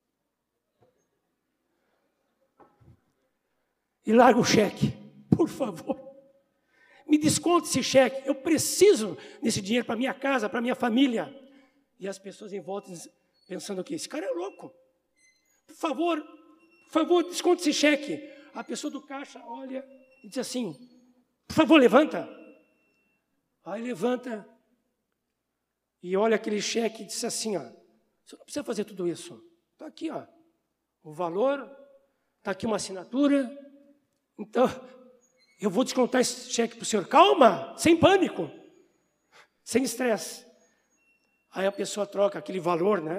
E larga o cheque, por favor. Me desconte esse cheque, eu preciso desse dinheiro para minha casa, para minha família. E as pessoas em volta pensando o quê? Esse cara é louco. Por favor, por favor, desconte esse cheque. A pessoa do caixa olha e diz assim, por favor, levanta. Aí levanta e olha aquele cheque e diz assim, ó, você não precisa fazer tudo isso. Está aqui, ó, o valor, está aqui uma assinatura. Então, eu vou descontar esse cheque para o senhor. Calma, sem pânico, sem estresse. Aí a pessoa troca aquele valor, né?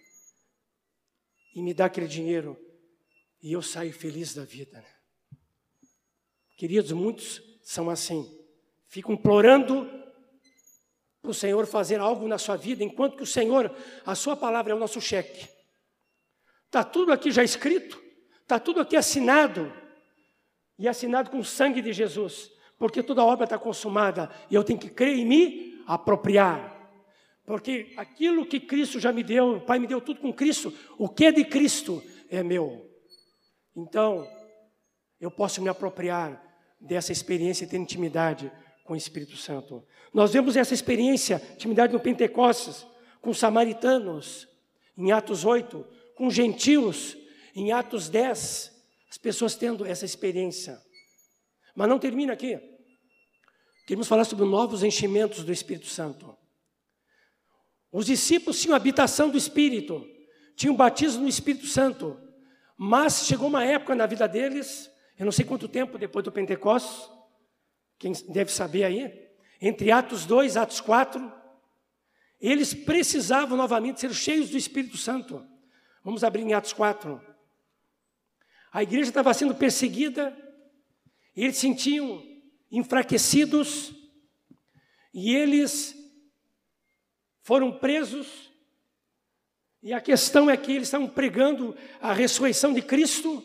E me dá aquele dinheiro. E eu saio feliz da vida. Né? Queridos, muitos são assim. Ficam implorando para o Senhor fazer algo na sua vida, enquanto que o Senhor, a sua palavra é o nosso cheque. Está tudo aqui já escrito. Está tudo aqui assinado, e assinado com o sangue de Jesus, porque toda a obra está consumada, e eu tenho que crer e me apropriar. Porque aquilo que Cristo já me deu, o Pai me deu tudo com Cristo, o que é de Cristo é meu. Então, eu posso me apropriar dessa experiência e ter intimidade com o Espírito Santo. Nós vemos essa experiência, intimidade no Pentecostes, com os samaritanos, em Atos oito, com gentios, em Atos dez, as pessoas tendo essa experiência. Mas não termina aqui. Queremos falar sobre novos enchimentos do Espírito Santo. Os discípulos tinham habitação do Espírito, tinham batismo no Espírito Santo, mas chegou uma época na vida deles, eu não sei quanto tempo depois do Pentecostes, quem deve saber aí, entre Atos dois, Atos quatro, eles precisavam novamente ser cheios do Espírito Santo. Vamos abrir em Atos quatro. A igreja estava sendo perseguida, e eles se sentiam enfraquecidos, e eles foram presos, e a questão é que eles estavam pregando a ressurreição de Cristo,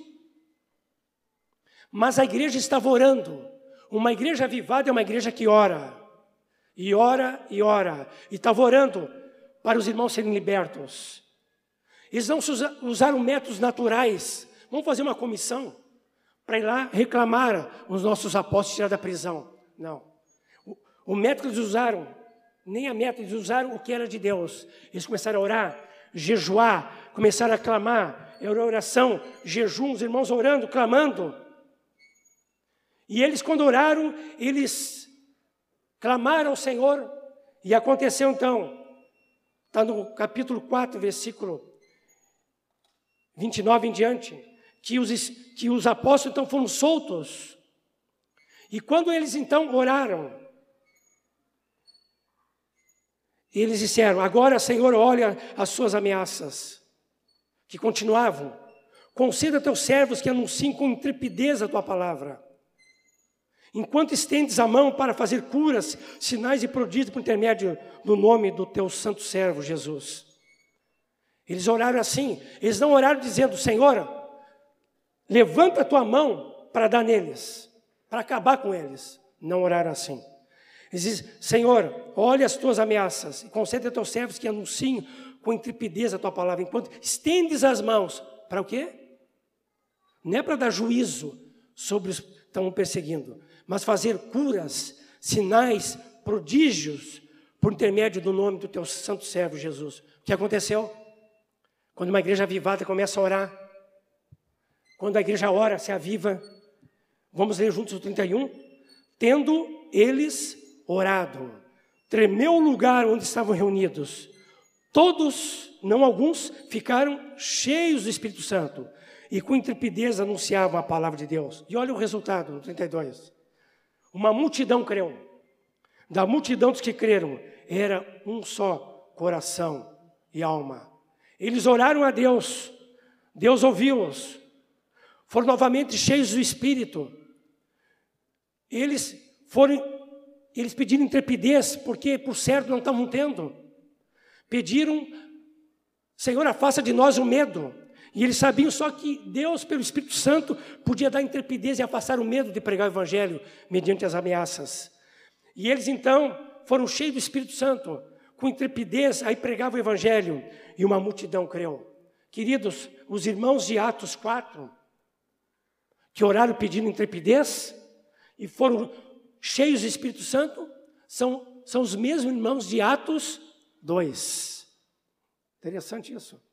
mas a igreja estava orando. Uma igreja avivada é uma igreja que ora, e ora, e ora, e estava orando para os irmãos serem libertos. Eles não usaram métodos naturais. Vamos fazer uma comissão para ir lá reclamar os nossos apóstolos tirar da prisão. Não. O, o método que eles usaram, nem a método, eles usaram o que era de Deus. Eles começaram a orar, jejuar, começaram a clamar. Era oração, jejum, os irmãos orando, clamando. E eles, quando oraram, eles clamaram ao Senhor. E aconteceu então, está no capítulo quatro, versículo vinte e nove em diante, que os, que os apóstolos então foram soltos. E quando eles então oraram, eles disseram: agora, Senhor, olha as suas ameaças, que continuavam. Conceda a teus servos que anunciem com intrepidez a tua palavra, enquanto estendes a mão para fazer curas, sinais e prodígios por intermédio do nome do teu santo servo Jesus. Eles oraram assim. Eles não oraram dizendo: Senhor, levanta a tua mão para dar neles, para acabar com eles. Não oraram assim. Eles dizem: Senhor, olha as tuas ameaças e concede a teus servos que anunciem com intrepidez a tua palavra, enquanto estendes as mãos. Para o quê? Não é para dar juízo sobre os que estão perseguindo, mas fazer curas, sinais, prodígios, por intermédio do nome do teu santo servo Jesus. O que aconteceu? Quando uma igreja avivada começa a orar, quando a igreja ora, se aviva, vamos ler juntos o trinta e um? Tendo eles orado, tremeu o lugar onde estavam reunidos. Todos, não alguns, ficaram cheios do Espírito Santo e com intrepidez anunciavam a palavra de Deus. E olha o resultado, no trinta e dois. Uma multidão creu. Da multidão dos que creram, era um só coração e alma. Eles oraram a Deus, Deus ouviu-os, foram novamente cheios do Espírito. Eles foram, eles pediram intrepidez, porque por certo não estavam tendo. Pediram: Senhor, afasta de nós o medo. E eles sabiam só que Deus, pelo Espírito Santo, podia dar intrepidez e afastar o medo de pregar o Evangelho mediante as ameaças. E eles então foram cheios do Espírito Santo, com intrepidez, aí pregavam o Evangelho, e uma multidão creu. Queridos, os irmãos de Atos quatro, que oraram pedindo intrepidez, e foram cheios do Espírito Santo, são, são os mesmos irmãos de Atos dois. Interessante isso.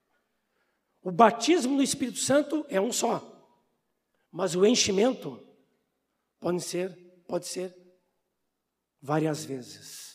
O batismo no Espírito Santo é um só, mas o enchimento pode ser, pode ser várias vezes.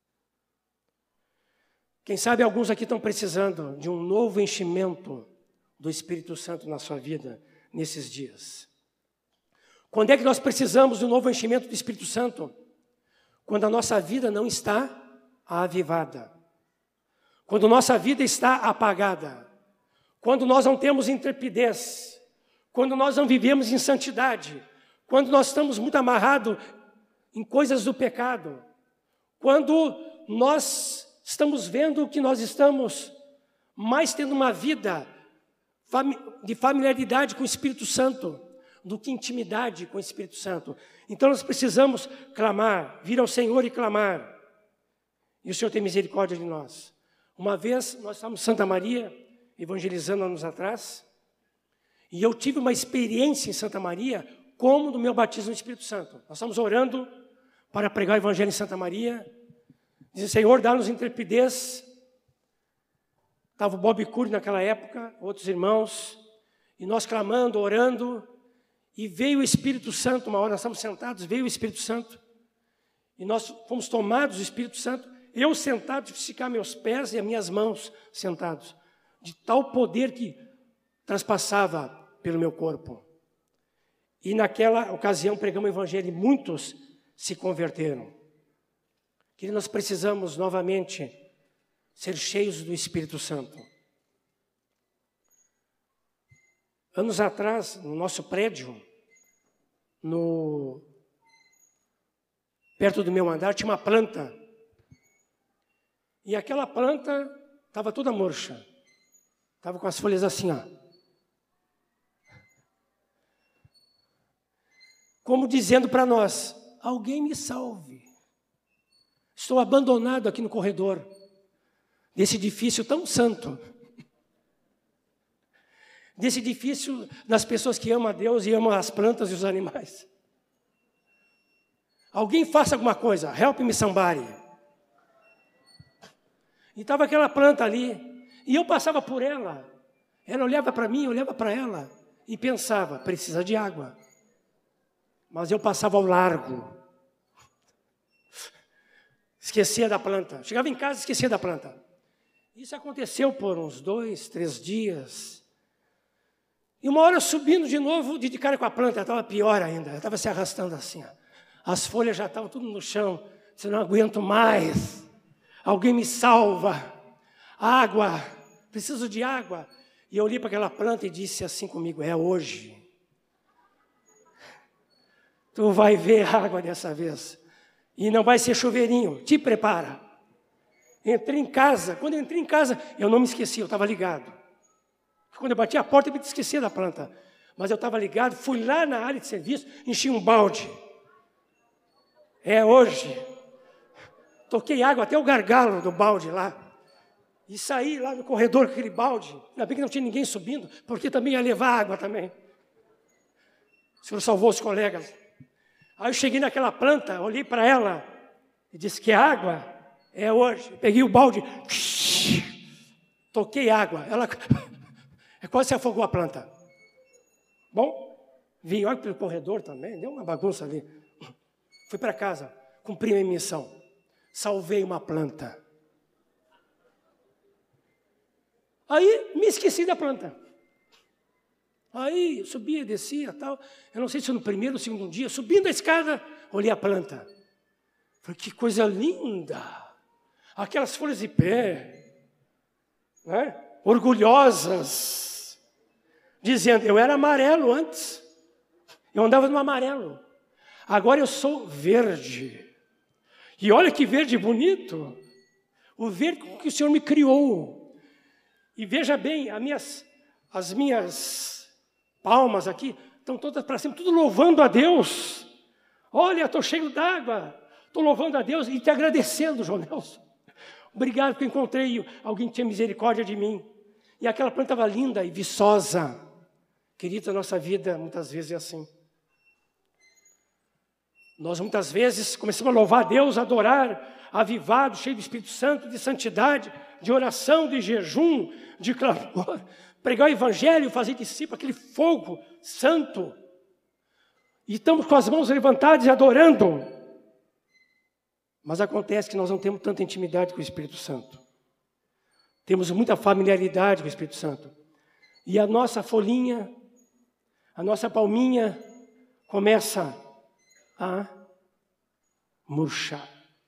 Quem sabe alguns aqui estão precisando de um novo enchimento do Espírito Santo na sua vida nesses dias. Quando é que nós precisamos de um novo enchimento do Espírito Santo? Quando a nossa vida não está avivada. Quando nossa vida está apagada. Quando nós não temos intrepidez. Quando nós não vivemos em santidade. Quando nós estamos muito amarrados em coisas do pecado. Quando nós estamos vendo que nós estamos mais tendo uma vida de familiaridade com o Espírito Santo do que intimidade com o Espírito Santo. Então nós precisamos clamar, vir ao Senhor e clamar. E o Senhor tem misericórdia de nós. Uma vez nós estávamos em Santa Maria, evangelizando anos atrás, e eu tive uma experiência em Santa Maria como do meu batismo no Espírito Santo. Nós estamos orando para pregar o Evangelho em Santa Maria. Diz: Senhor, dá-nos intrepidez. Estava o Bob Curry naquela época, outros irmãos, e nós clamando, orando, e veio o Espírito Santo. Uma hora nós estamos sentados, veio o Espírito Santo, e nós fomos tomados do Espírito Santo, eu sentado, de esticar meus pés e as minhas mãos sentados, de tal poder que transpassava pelo meu corpo. E naquela ocasião pregamos o Evangelho e muitos se converteram. Que nós precisamos novamente ser cheios do Espírito Santo. Anos atrás, no nosso prédio, no, perto do meu andar, tinha uma planta. E aquela planta estava toda murcha. Estava com as folhas assim, ó. Como dizendo para nós: alguém me salve. Estou abandonado aqui no corredor desse edifício tão santo. Desse edifício das pessoas que amam a Deus e amam as plantas e os animais. Alguém faça alguma coisa. Help me somebody. E estava aquela planta ali. E eu passava por ela. Ela olhava para mim, eu olhava para ela. E pensava: precisa de água. Mas eu passava ao largo. Esquecia da planta. Chegava em casa e esquecia da planta. Isso aconteceu por uns dois, três dias. E uma hora subindo de novo, de cara com a planta, ela estava pior ainda. Ela estava se arrastando assim. Ó. As folhas já estavam tudo no chão. Eu não aguento mais. Alguém me salva. Água. Preciso de água. E eu olhei para aquela planta e disse assim comigo: é hoje. Tu vai ver água dessa vez. E não vai ser chuveirinho. Te prepara. Entrei em casa. Quando eu entrei em casa, eu não me esqueci, eu estava ligado. Quando eu bati a porta, eu me esqueci da planta. Mas eu estava ligado, fui lá na área de serviço, enchi um balde. É hoje. Toquei água até o gargalo do balde lá. E saí lá no corredor com aquele balde. Ainda bem que não tinha ninguém subindo, porque também ia levar água também. O Senhor salvou os colegas. Aí eu cheguei naquela planta, olhei para ela e disse: que água é hoje. Peguei o balde, toquei água. Ela quase se afogou a planta. Bom, vim olha pelo corredor também, deu uma bagunça ali. Fui para casa, cumpri minha missão. Salvei uma planta. Aí me esqueci da planta. Aí subia, descia, tal. Eu não sei se no primeiro ou segundo dia, subindo a escada, olhei a planta. Falei: que coisa linda! Aquelas folhas de pé, né? Orgulhosas, dizendo: eu era amarelo antes, eu andava no amarelo, agora eu sou verde. E olha que verde bonito, o verde que o Senhor me criou. E veja bem, as minhas, as minhas palmas aqui estão todas para cima, tudo louvando a Deus. Olha, estou cheio d'água, estou louvando a Deus e te agradecendo, João Nelson. Obrigado que eu encontrei alguém que tinha misericórdia de mim. E aquela planta estava linda e viçosa. Querida, a nossa vida muitas vezes é assim. Nós muitas vezes começamos a louvar a Deus, a adorar, avivado, cheio do Espírito Santo, de santidade, de oração, de jejum, de clamor, pregar o Evangelho, fazer discípulo, aquele fogo santo. E estamos com as mãos levantadas e adorando. Mas acontece que nós não temos tanta intimidade com o Espírito Santo. Temos muita familiaridade com o Espírito Santo. E a nossa folhinha, a nossa palminha começa a murchar.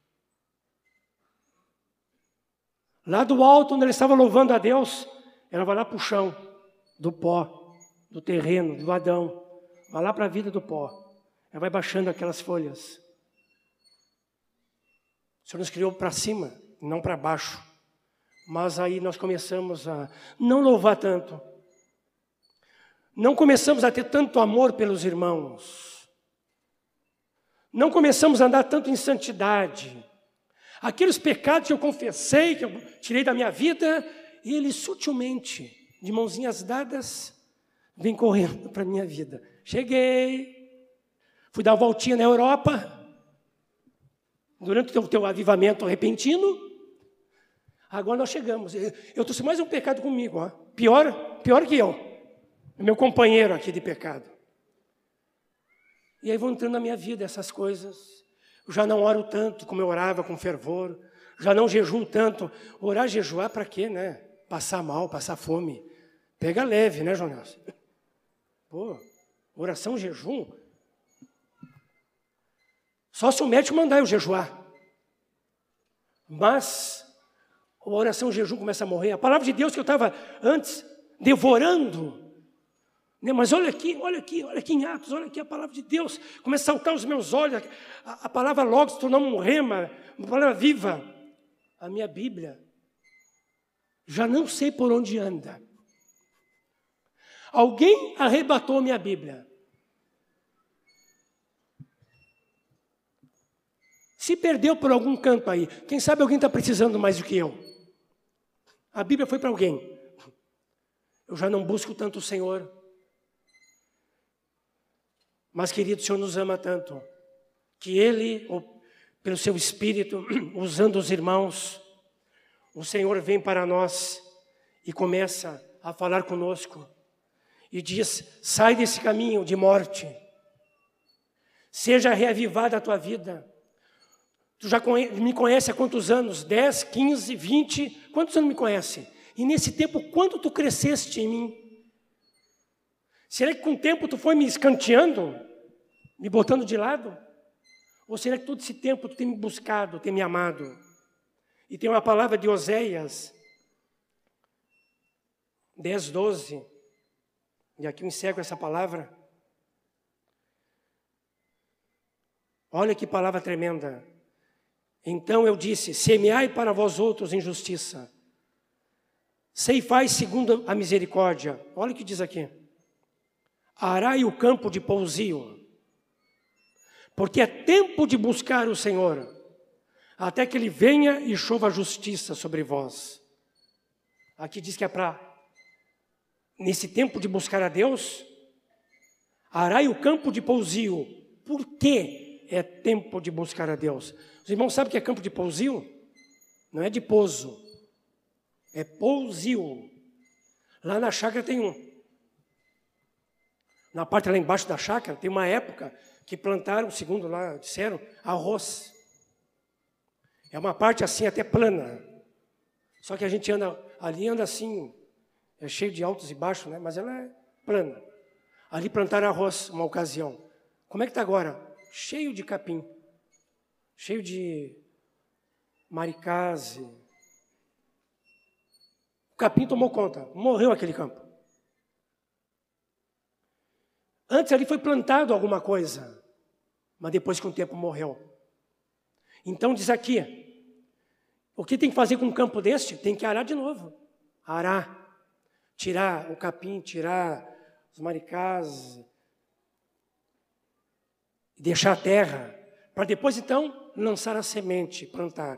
Lá do alto, onde ele estava louvando a Deus, ela vai lá para o chão, do pó, do terreno, do Adão. Vai lá para a vida do pó. Ela vai baixando aquelas folhas. O Senhor nos criou para cima, não para baixo. Mas aí nós começamos a não louvar tanto. não começamos a ter tanto amor pelos irmãos, não começamos a andar tanto em santidade. Aqueles pecados que eu confessei, que eu tirei da minha vida, eles sutilmente, de mãozinhas dadas, vêm correndo para a minha vida. Cheguei, fui dar uma voltinha na Europa, durante o teu, teu avivamento repentino, agora nós chegamos. Eu trouxe mais um pecado comigo, ó. Pior, pior que eu, meu companheiro aqui de pecado. E aí vão entrando na minha vida essas coisas. Eu já não oro tanto como eu orava com fervor, já não jejuo tanto. Orar, jejuar para quê, né? Passar mal, passar fome. Pega leve, né, Jonas? Pô, oração, jejum. Só se o médico mandar eu jejuar. Mas a oração, o jejum começa a morrer. A palavra de Deus que eu estava antes devorando. Né? Mas olha aqui, olha aqui, olha aqui em Atos, olha aqui a palavra de Deus. Começa a saltar aos meus olhos. A, a palavra logo se tornou um rema, uma palavra viva. A minha Bíblia, já não sei por onde anda. Alguém arrebatou minha Bíblia. Se perdeu por algum canto aí, quem sabe alguém está precisando mais do que eu. A Bíblia foi para alguém. Eu já não busco tanto o Senhor. Mas, querido, o Senhor nos ama tanto, que Ele, pelo seu Espírito, usando os irmãos, o Senhor vem para nós e começa a falar conosco. E diz, sai desse caminho de morte. Seja reavivada a tua vida. Tu já me conhece há quantos anos? dez, quinze, vinte? Quantos anos me conhece? E nesse tempo, quanto tu cresceste em mim? Será que com o tempo tu foi me escanteando? Me botando de lado? Ou será que todo esse tempo tu tem me buscado, tem me amado? E tem uma palavra de Oséias, dez, doze. E aqui eu encerro essa palavra. Olha que palavra tremenda. Então eu disse, semeai para vós outros injustiça. Ceifai segundo a misericórdia. Olha o que diz aqui. Arai o campo de pousio. Porque é tempo de buscar o Senhor, até que Ele venha e chova a justiça sobre vós. Aqui diz que é para, nesse tempo de buscar a Deus, arai o campo de pousio. Por que é tempo de buscar a Deus? Os irmãos sabem o que é campo de pousio? Não é de pouso, é pousio. Lá na chácara tem um. Na parte lá embaixo da chácara tem uma época que plantaram, segundo lá disseram, arroz. É uma parte assim até plana. Só que a gente anda, ali anda assim, é cheio de altos e baixos, né? Mas ela é plana. Ali plantaram arroz, uma ocasião. Como é que está agora? Cheio de capim. Cheio de maricase. O capim tomou conta, morreu aquele campo. Antes ali foi plantado alguma coisa, mas depois com o tempo morreu. Então diz aqui, o que tem que fazer com um campo deste? Tem que arar de novo. Arar, tirar o capim, tirar os maricás, deixar a terra, para depois então lançar a semente, plantar.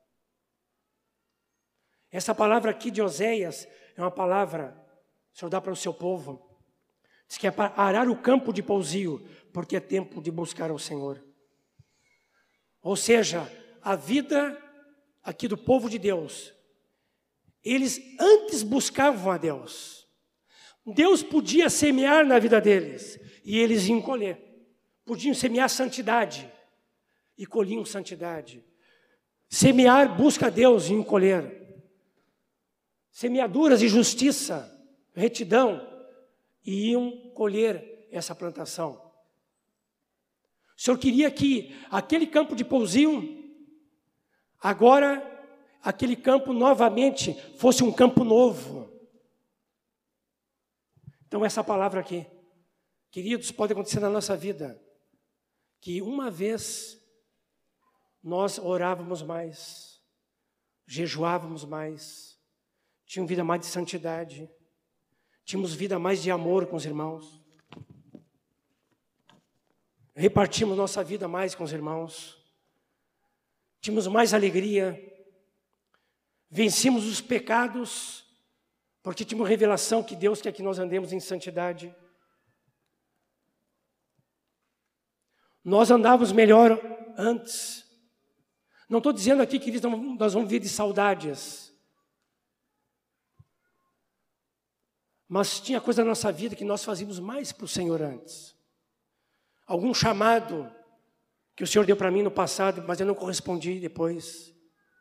Essa palavra aqui de Oséias é uma palavra, o Senhor dá para o seu povo. Diz que é para arar o campo de pousio, porque é tempo de buscar ao Senhor. Ou seja, a vida aqui do povo de Deus, eles antes buscavam a Deus. Deus podia semear na vida deles, e eles iam colher. Podiam semear santidade, e colhiam santidade. Semear busca a Deus e iam colher. Semeaduras de justiça, retidão, e iam colher essa plantação. O Senhor queria que aquele campo de pousio, agora, aquele campo novamente fosse um campo novo. Então essa palavra aqui, queridos, pode acontecer na nossa vida, que uma vez nós orávamos mais, jejuávamos mais, tínhamos vida mais de santidade, tínhamos vida mais de amor com os irmãos, repartimos nossa vida mais com os irmãos, tínhamos mais alegria, vencemos os pecados, porque tínhamos revelação que Deus quer que nós andemos em santidade. Nós andávamos melhor antes. Não estou dizendo aqui que nós vamos viver de saudades. Mas tinha coisa na nossa vida que nós fazíamos mais para o Senhor antes. Algum chamado que o Senhor deu para mim no passado, mas eu não correspondi depois.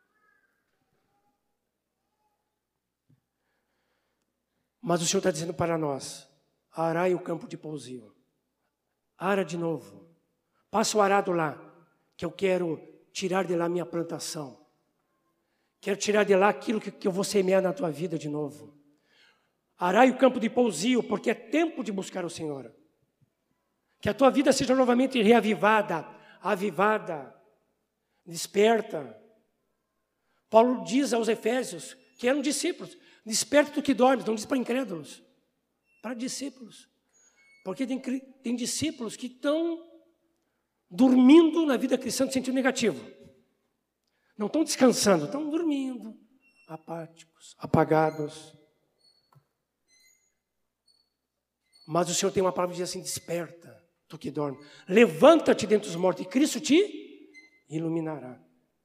Mas o Senhor está dizendo para nós, arai o campo de pousio. Ara de novo. Passa o arado lá, que eu quero tirar de lá minha plantação. Quero tirar de lá aquilo que, que eu vou semear na tua vida de novo. Arai o campo de pousio, porque é tempo de buscar o Senhor. Que a tua vida seja novamente reavivada, avivada, desperta. Paulo diz aos Efésios, que eram discípulos, desperta tu que dormes, não diz para incrédulos, para discípulos. Porque tem, tem discípulos que estão dormindo na vida cristã no sentido negativo. Não estão descansando, estão dormindo, apáticos, apagados. Mas o Senhor tem uma palavra que diz assim, desperta, tu que dorme. Levanta-te dentre os mortos e Cristo te iluminará.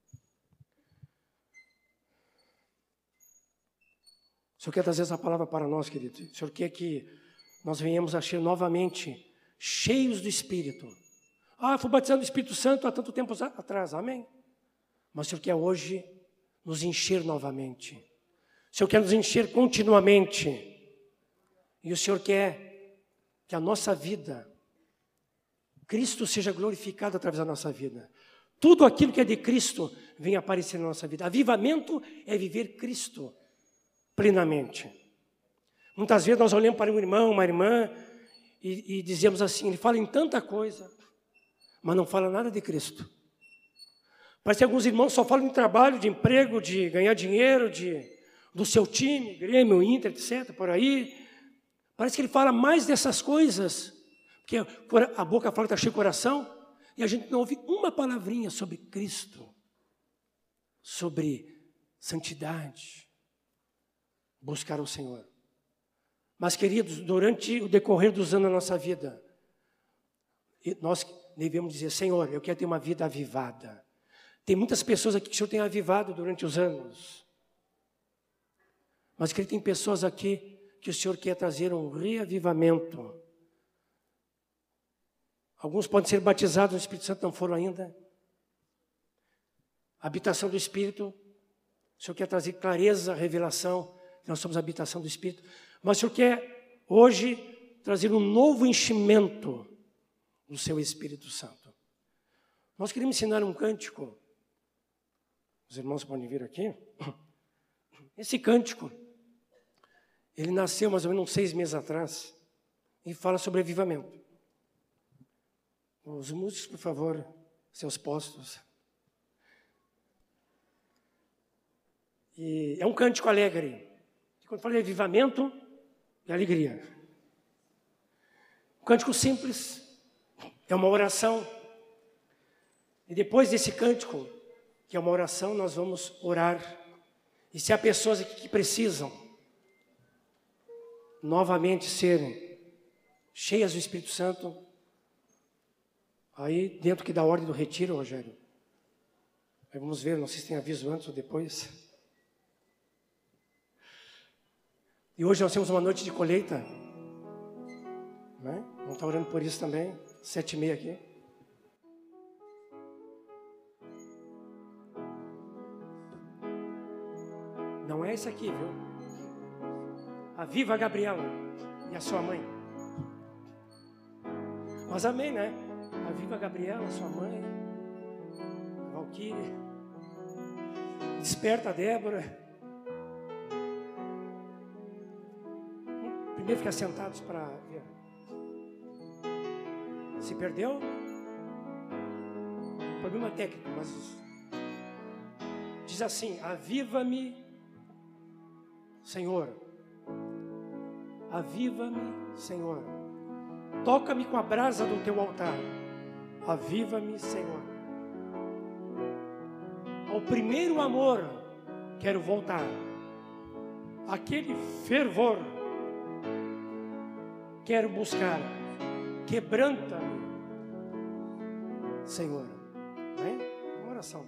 O Senhor quer trazer essa palavra para nós, querido. O Senhor quer que nós venhamos a ser novamente cheios do Espírito. Ah, fui batizado no Espírito Santo há tanto tempo atrás, amém? Mas o Senhor quer hoje nos encher novamente. O Senhor quer nos encher continuamente. E o Senhor quer que a nossa vida, Cristo seja glorificado através da nossa vida. Tudo aquilo que é de Cristo vem aparecer na nossa vida. Avivamento é viver Cristo plenamente. Muitas vezes nós olhamos para um irmão, uma irmã, e, e dizemos assim, ele fala em tanta coisa, mas não fala nada de Cristo. Parece que alguns irmãos só falam de trabalho, de emprego, de ganhar dinheiro, de, do seu time, Grêmio, Inter, etcétera, por aí. Parece que ele fala mais dessas coisas, porque a boca fala que está cheio de coração, e a gente não ouve uma palavrinha sobre Cristo, sobre santidade, buscar o Senhor. Mas, queridos, durante o decorrer dos anos da nossa vida, nós devemos dizer, Senhor, eu quero ter uma vida avivada. Tem muitas pessoas aqui que o Senhor tem avivado durante os anos. Mas, querido, tem pessoas aqui que o Senhor quer trazer um reavivamento. Alguns podem ser batizados no Espírito Santo, não foram ainda. A habitação do Espírito, o Senhor quer trazer clareza, revelação, que nós somos a habitação do Espírito. Mas o Senhor quer, hoje, trazer um novo enchimento do seu Espírito Santo. Nós queremos ensinar um cântico. Os irmãos podem vir aqui. Esse cântico, ele nasceu mais ou menos uns seis meses atrás e fala sobre avivamento. Os músicos, por favor, seus postos. E é um cântico alegre. Quando eu falei avivamento, é alegria. Um cântico simples, é uma oração. E depois desse cântico, que é uma oração, nós vamos orar. E se há pessoas aqui que precisam novamente serem cheias do Espírito Santo, aí dentro que da ordem do retiro, Rogério, aí vamos ver, não sei se tem aviso antes ou depois. E hoje nós temos uma noite de colheita, né? Vamos estar orando por isso também, sete e meia aqui. Não é esse aqui, viu? Aviva a Gabriela e a sua mãe. Mas amém, né? Aviva a Gabriela, sua mãe, Valquíria. Desperta a Débora. Primeiro ficar sentados para ver. Se perdeu? Problema técnico, mas diz assim: aviva-me, Senhor, Aviva-me, Senhor. Toca-me com a brasa do teu altar. Aviva-me, Senhor. Ao primeiro amor, quero voltar. Aquele fervor, quero buscar. Quebranta-me, Senhor. Vem? Uma oração.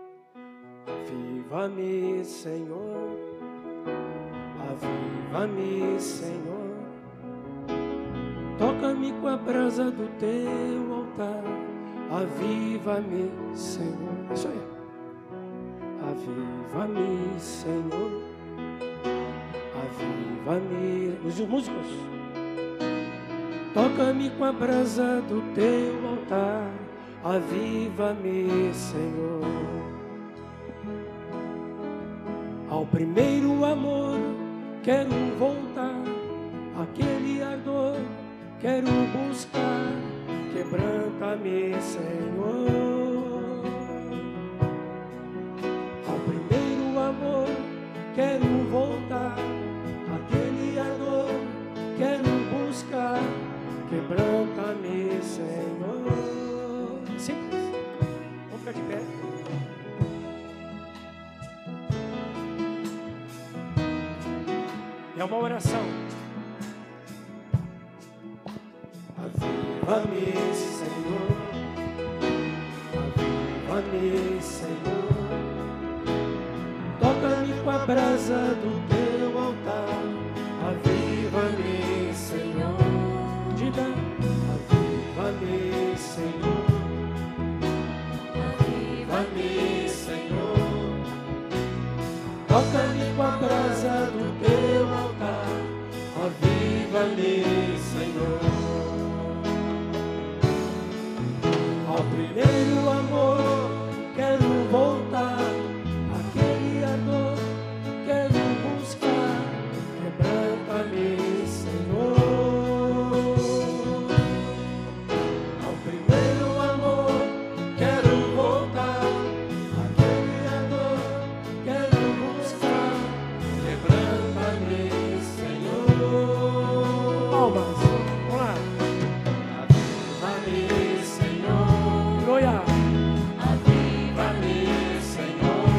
Aviva-me, Senhor. Aviva-me, Senhor. Toca-me com a brasa do teu altar. Aviva-me, Senhor. Isso aí. Aviva-me, Senhor. Aviva-me. Os músicos. Toca-me com a brasa do teu altar. Aviva-me, Senhor. Ao primeiro amor quero voltar. Aquele ardor quero buscar. Quebranta-me, Senhor. Ao primeiro amor quero voltar. Aquele ardor quero buscar. Quebranta-me, Senhor. Simples. Vamos ficar de pé. É uma oração. Aviva-me, Senhor. Aviva-me, Senhor. Toca-me com a brasa do teu altar. Aviva-me, Senhor. Diga, aviva-me, Senhor. Aviva-me, Senhor. Toca-me com a brasa do teu altar. Aviva-me, Senhor. Ao primeiro amor quero voltar. Aquele ardor quero buscar. Quebranta-me, Senhor. Ao primeiro amor quero voltar. Aquele ardor quero buscar. Quebranta-me, Senhor. Palmas, vamos lá. Aviva-me, Senhor. Glória. Aviva-me, Senhor.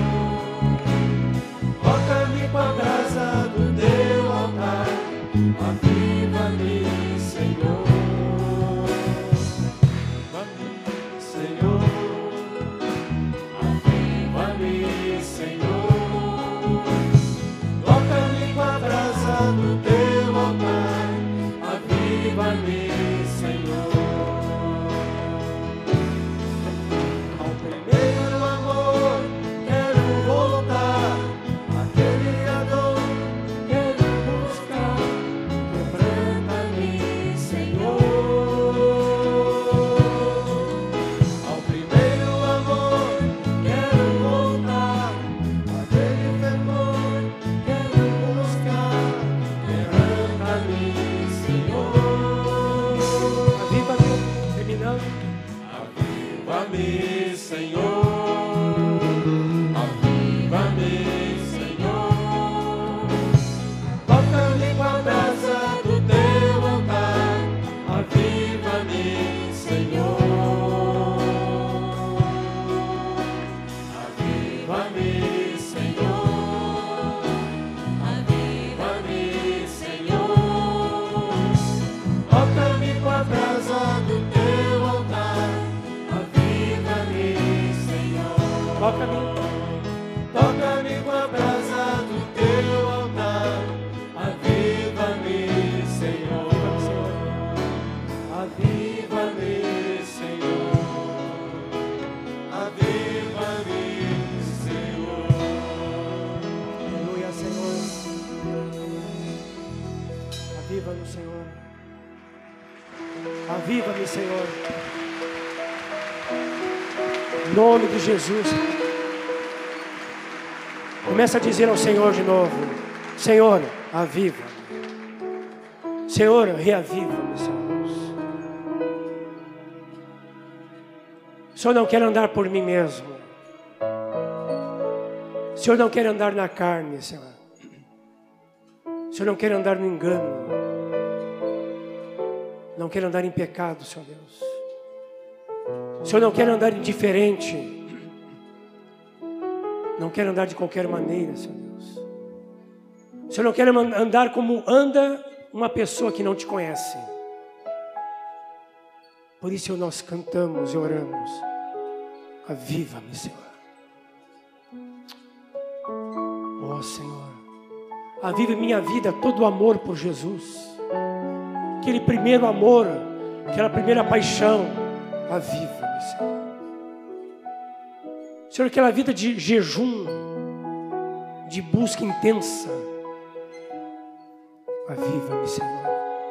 Toca-me com a brasa do teu altar. Aviva-me, Senhor. Aviva-me, Senhor. Aviva-me, Senhor. Toca-me com a brasa do teu altar. Aviva-me, Senhor. Ao primeiro amor quero voltar. Aquele ardor quero buscar. Quebranta-me, Senhor. Ao primeiro amor quero voltar. Aquele fervor quero buscar. Quebranta-me, Senhor. Aviva-me, terminando. Aviva-me, Senhor. Aviva-me, Senhor. Toca-me com a brasa do teu altar. Aviva-me, Senhor. Aviva-me, Senhor. Aviva-me, Senhor. Toca-me com a brasa do teu altar. Aviva-me, Senhor. Toca-me. Toca-me com a brasa do teu altar. Aviva-me, Senhor. Aviva-me, Senhor. Aviva-me, Senhor. Aleluia, Senhor. Aviva-me, Senhor. Aviva-me, Senhor. Em nome de Jesus. Começa a dizer ao Senhor de novo: Senhor, aviva-me. Senhor, reaviva-me, Senhor. O Senhor não quer andar por mim mesmo. O Senhor não quer andar na carne, Senhor. O Senhor não quer andar no engano. Não quero andar em pecado, Senhor Deus. Senhor, não quero andar indiferente. Não quero andar de qualquer maneira, Senhor Deus. Senhor, não quero andar como anda uma pessoa que não te conhece. Por isso nós cantamos e oramos. Aviva-me, Senhor. Oh, Senhor. Aviva em minha vida todo o amor por Jesus. Aquele primeiro amor, aquela primeira paixão. Aviva-me, Senhor. Senhor, aquela vida de jejum, de busca intensa. Aviva-me, Senhor.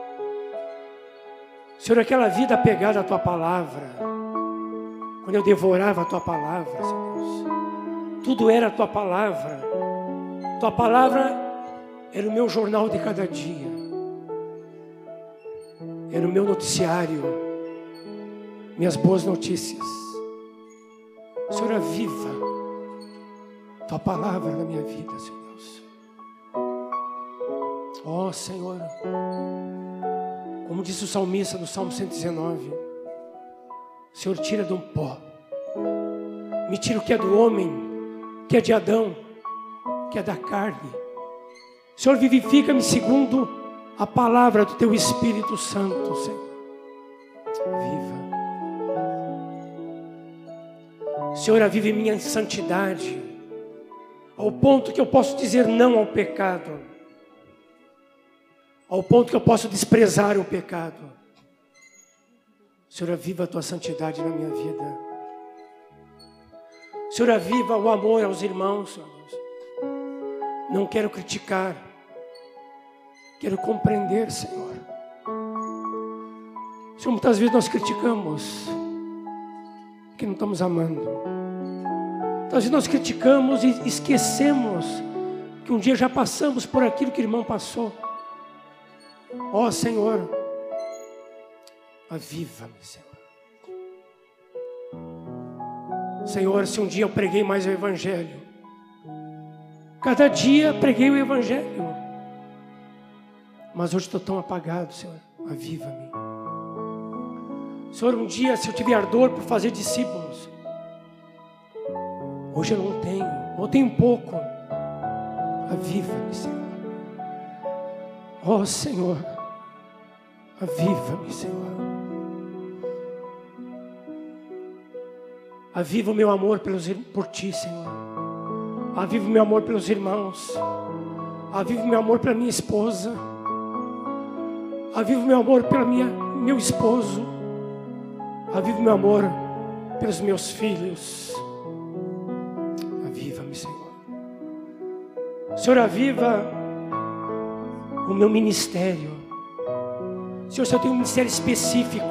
Senhor, aquela vida apegada à Tua palavra. Quando eu devorava a Tua palavra, Senhor Deus. Tudo era a Tua palavra. Tua palavra era o meu jornal de cada dia. Era o meu noticiário. Minhas boas notícias. Senhor, aviva Tua palavra na minha vida, Senhor Deus. Ó Senhor, como disse o salmista no Salmo cento e dezenove, Senhor, tira de um pó, me tira o que é do homem, que é de Adão, que é da carne. Senhor, vivifica-me segundo a palavra do Teu Espírito Santo, Senhor. Viva. Senhor, avive minha santidade, ao ponto que eu posso dizer não ao pecado, ao ponto que eu posso desprezar o pecado. Senhor, aviva a Tua santidade na minha vida. Senhor, aviva o amor aos irmãos, Senhor Deus. Não quero criticar, quero compreender, Senhor. Senhor, muitas vezes nós criticamos porque não estamos amando. Muitas vezes nós criticamos e esquecemos que um dia já passamos por aquilo que o irmão passou. Ó oh, Senhor, aviva-me, Senhor. Senhor, se um dia eu preguei mais o Evangelho, cada dia preguei o Evangelho, mas hoje estou tão apagado, Senhor, aviva-me. Senhor, um dia se eu tiver ardor por fazer discípulos, hoje eu não tenho, ou tenho pouco, aviva-me, Senhor. Ó oh, Senhor, aviva-me, Senhor. Aviva o meu amor pelos, por Ti, Senhor. Aviva o meu amor pelos irmãos. Aviva o meu amor pela minha esposa. Aviva o meu amor pelo minha, meu esposo. Aviva o meu amor pelos meus filhos. Aviva-me, Senhor. Senhor, aviva o meu ministério. Senhor, se eu tenho um ministério específico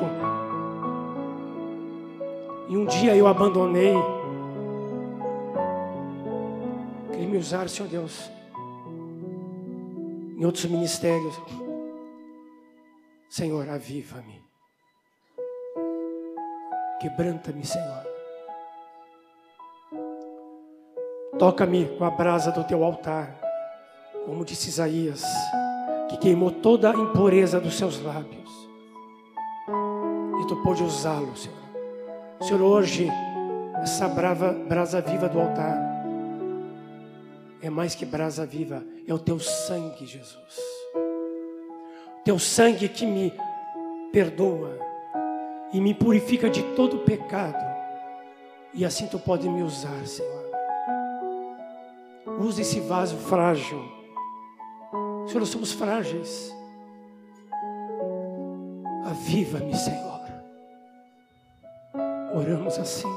e um dia eu abandonei, queria me usar, Senhor Deus, em outros ministérios. Senhor, aviva-me, quebranta-me, Senhor. Toca-me com a brasa do Teu altar, como disse Isaías, que queimou toda a impureza dos seus lábios, e Tu pôde usá-lo, Senhor. Senhor, hoje, essa brava, brasa viva do altar, é mais que brasa viva, é o Teu sangue, Jesus. O Teu sangue que me perdoa e me purifica de todo pecado, e assim Tu pode me usar, Senhor. Usa esse vaso frágil. Senhor, nós somos frágeis. Aviva-me, Senhor. Oramos assim.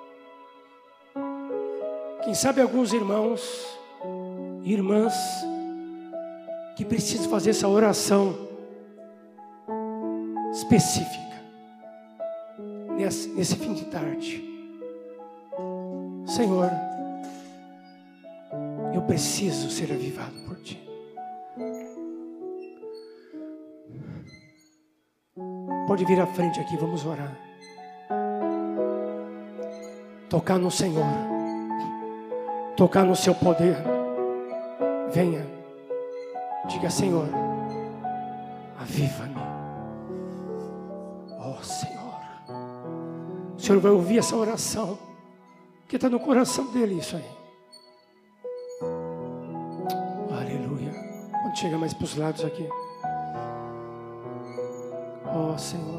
Quem sabe alguns irmãos e irmãs que precisam fazer essa oração específica nesse, nesse fim de tarde. Senhor, eu preciso ser avivado por Ti. Pode vir à frente aqui, vamos orar. Tocar no Senhor, tocar no Seu poder. Venha, diga: Senhor, aviva-me. Oh, Senhor. O Senhor vai ouvir essa oração, porque está no coração dele isso aí. Aleluia. Quando chega mais para os lados aqui. Oh, Senhor.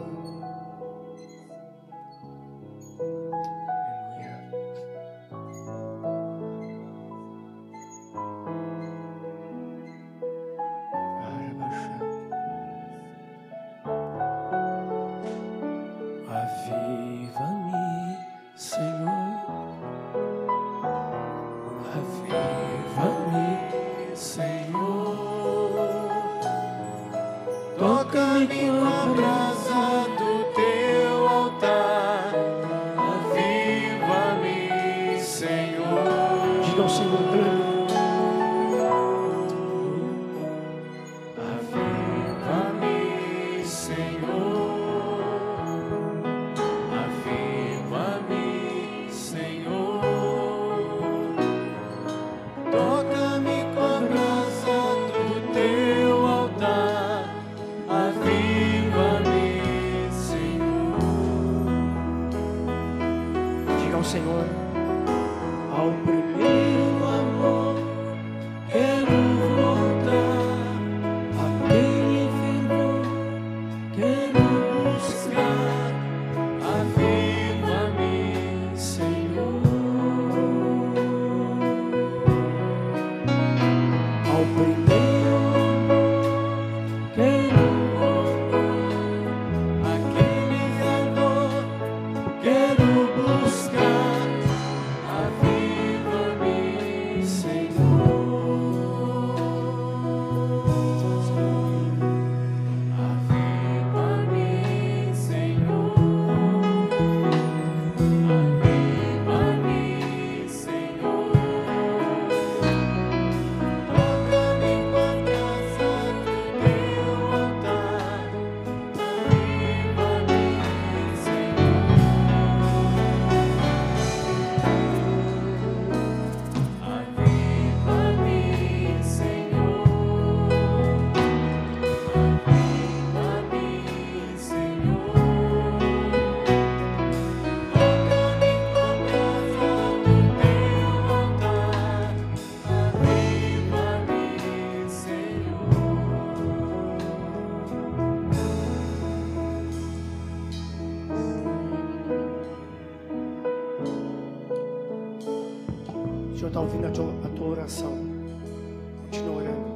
Está ouvindo a tua, a tua oração. Continua orando.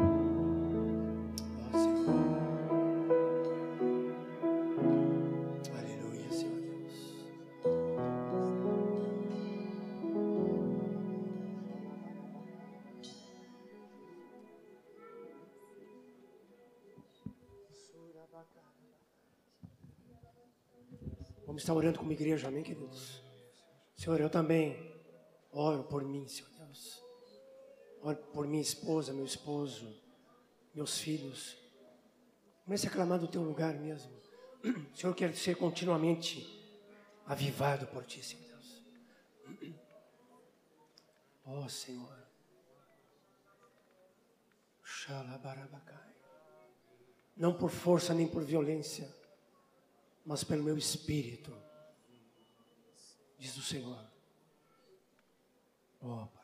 Oh, Senhor. Aleluia, Senhor Deus. Vamos estar orando como igreja, amém, queridos? Senhor, eu também oro por mim, Senhor Deus. Oro por minha esposa, meu esposo, meus filhos. Comece a clamar do teu lugar mesmo. Senhor, eu quero ser continuamente avivado por ti, Senhor Deus. Oh, Senhor. Não por força nem por violência, mas pelo meu espírito, diz o Senhor. Oh,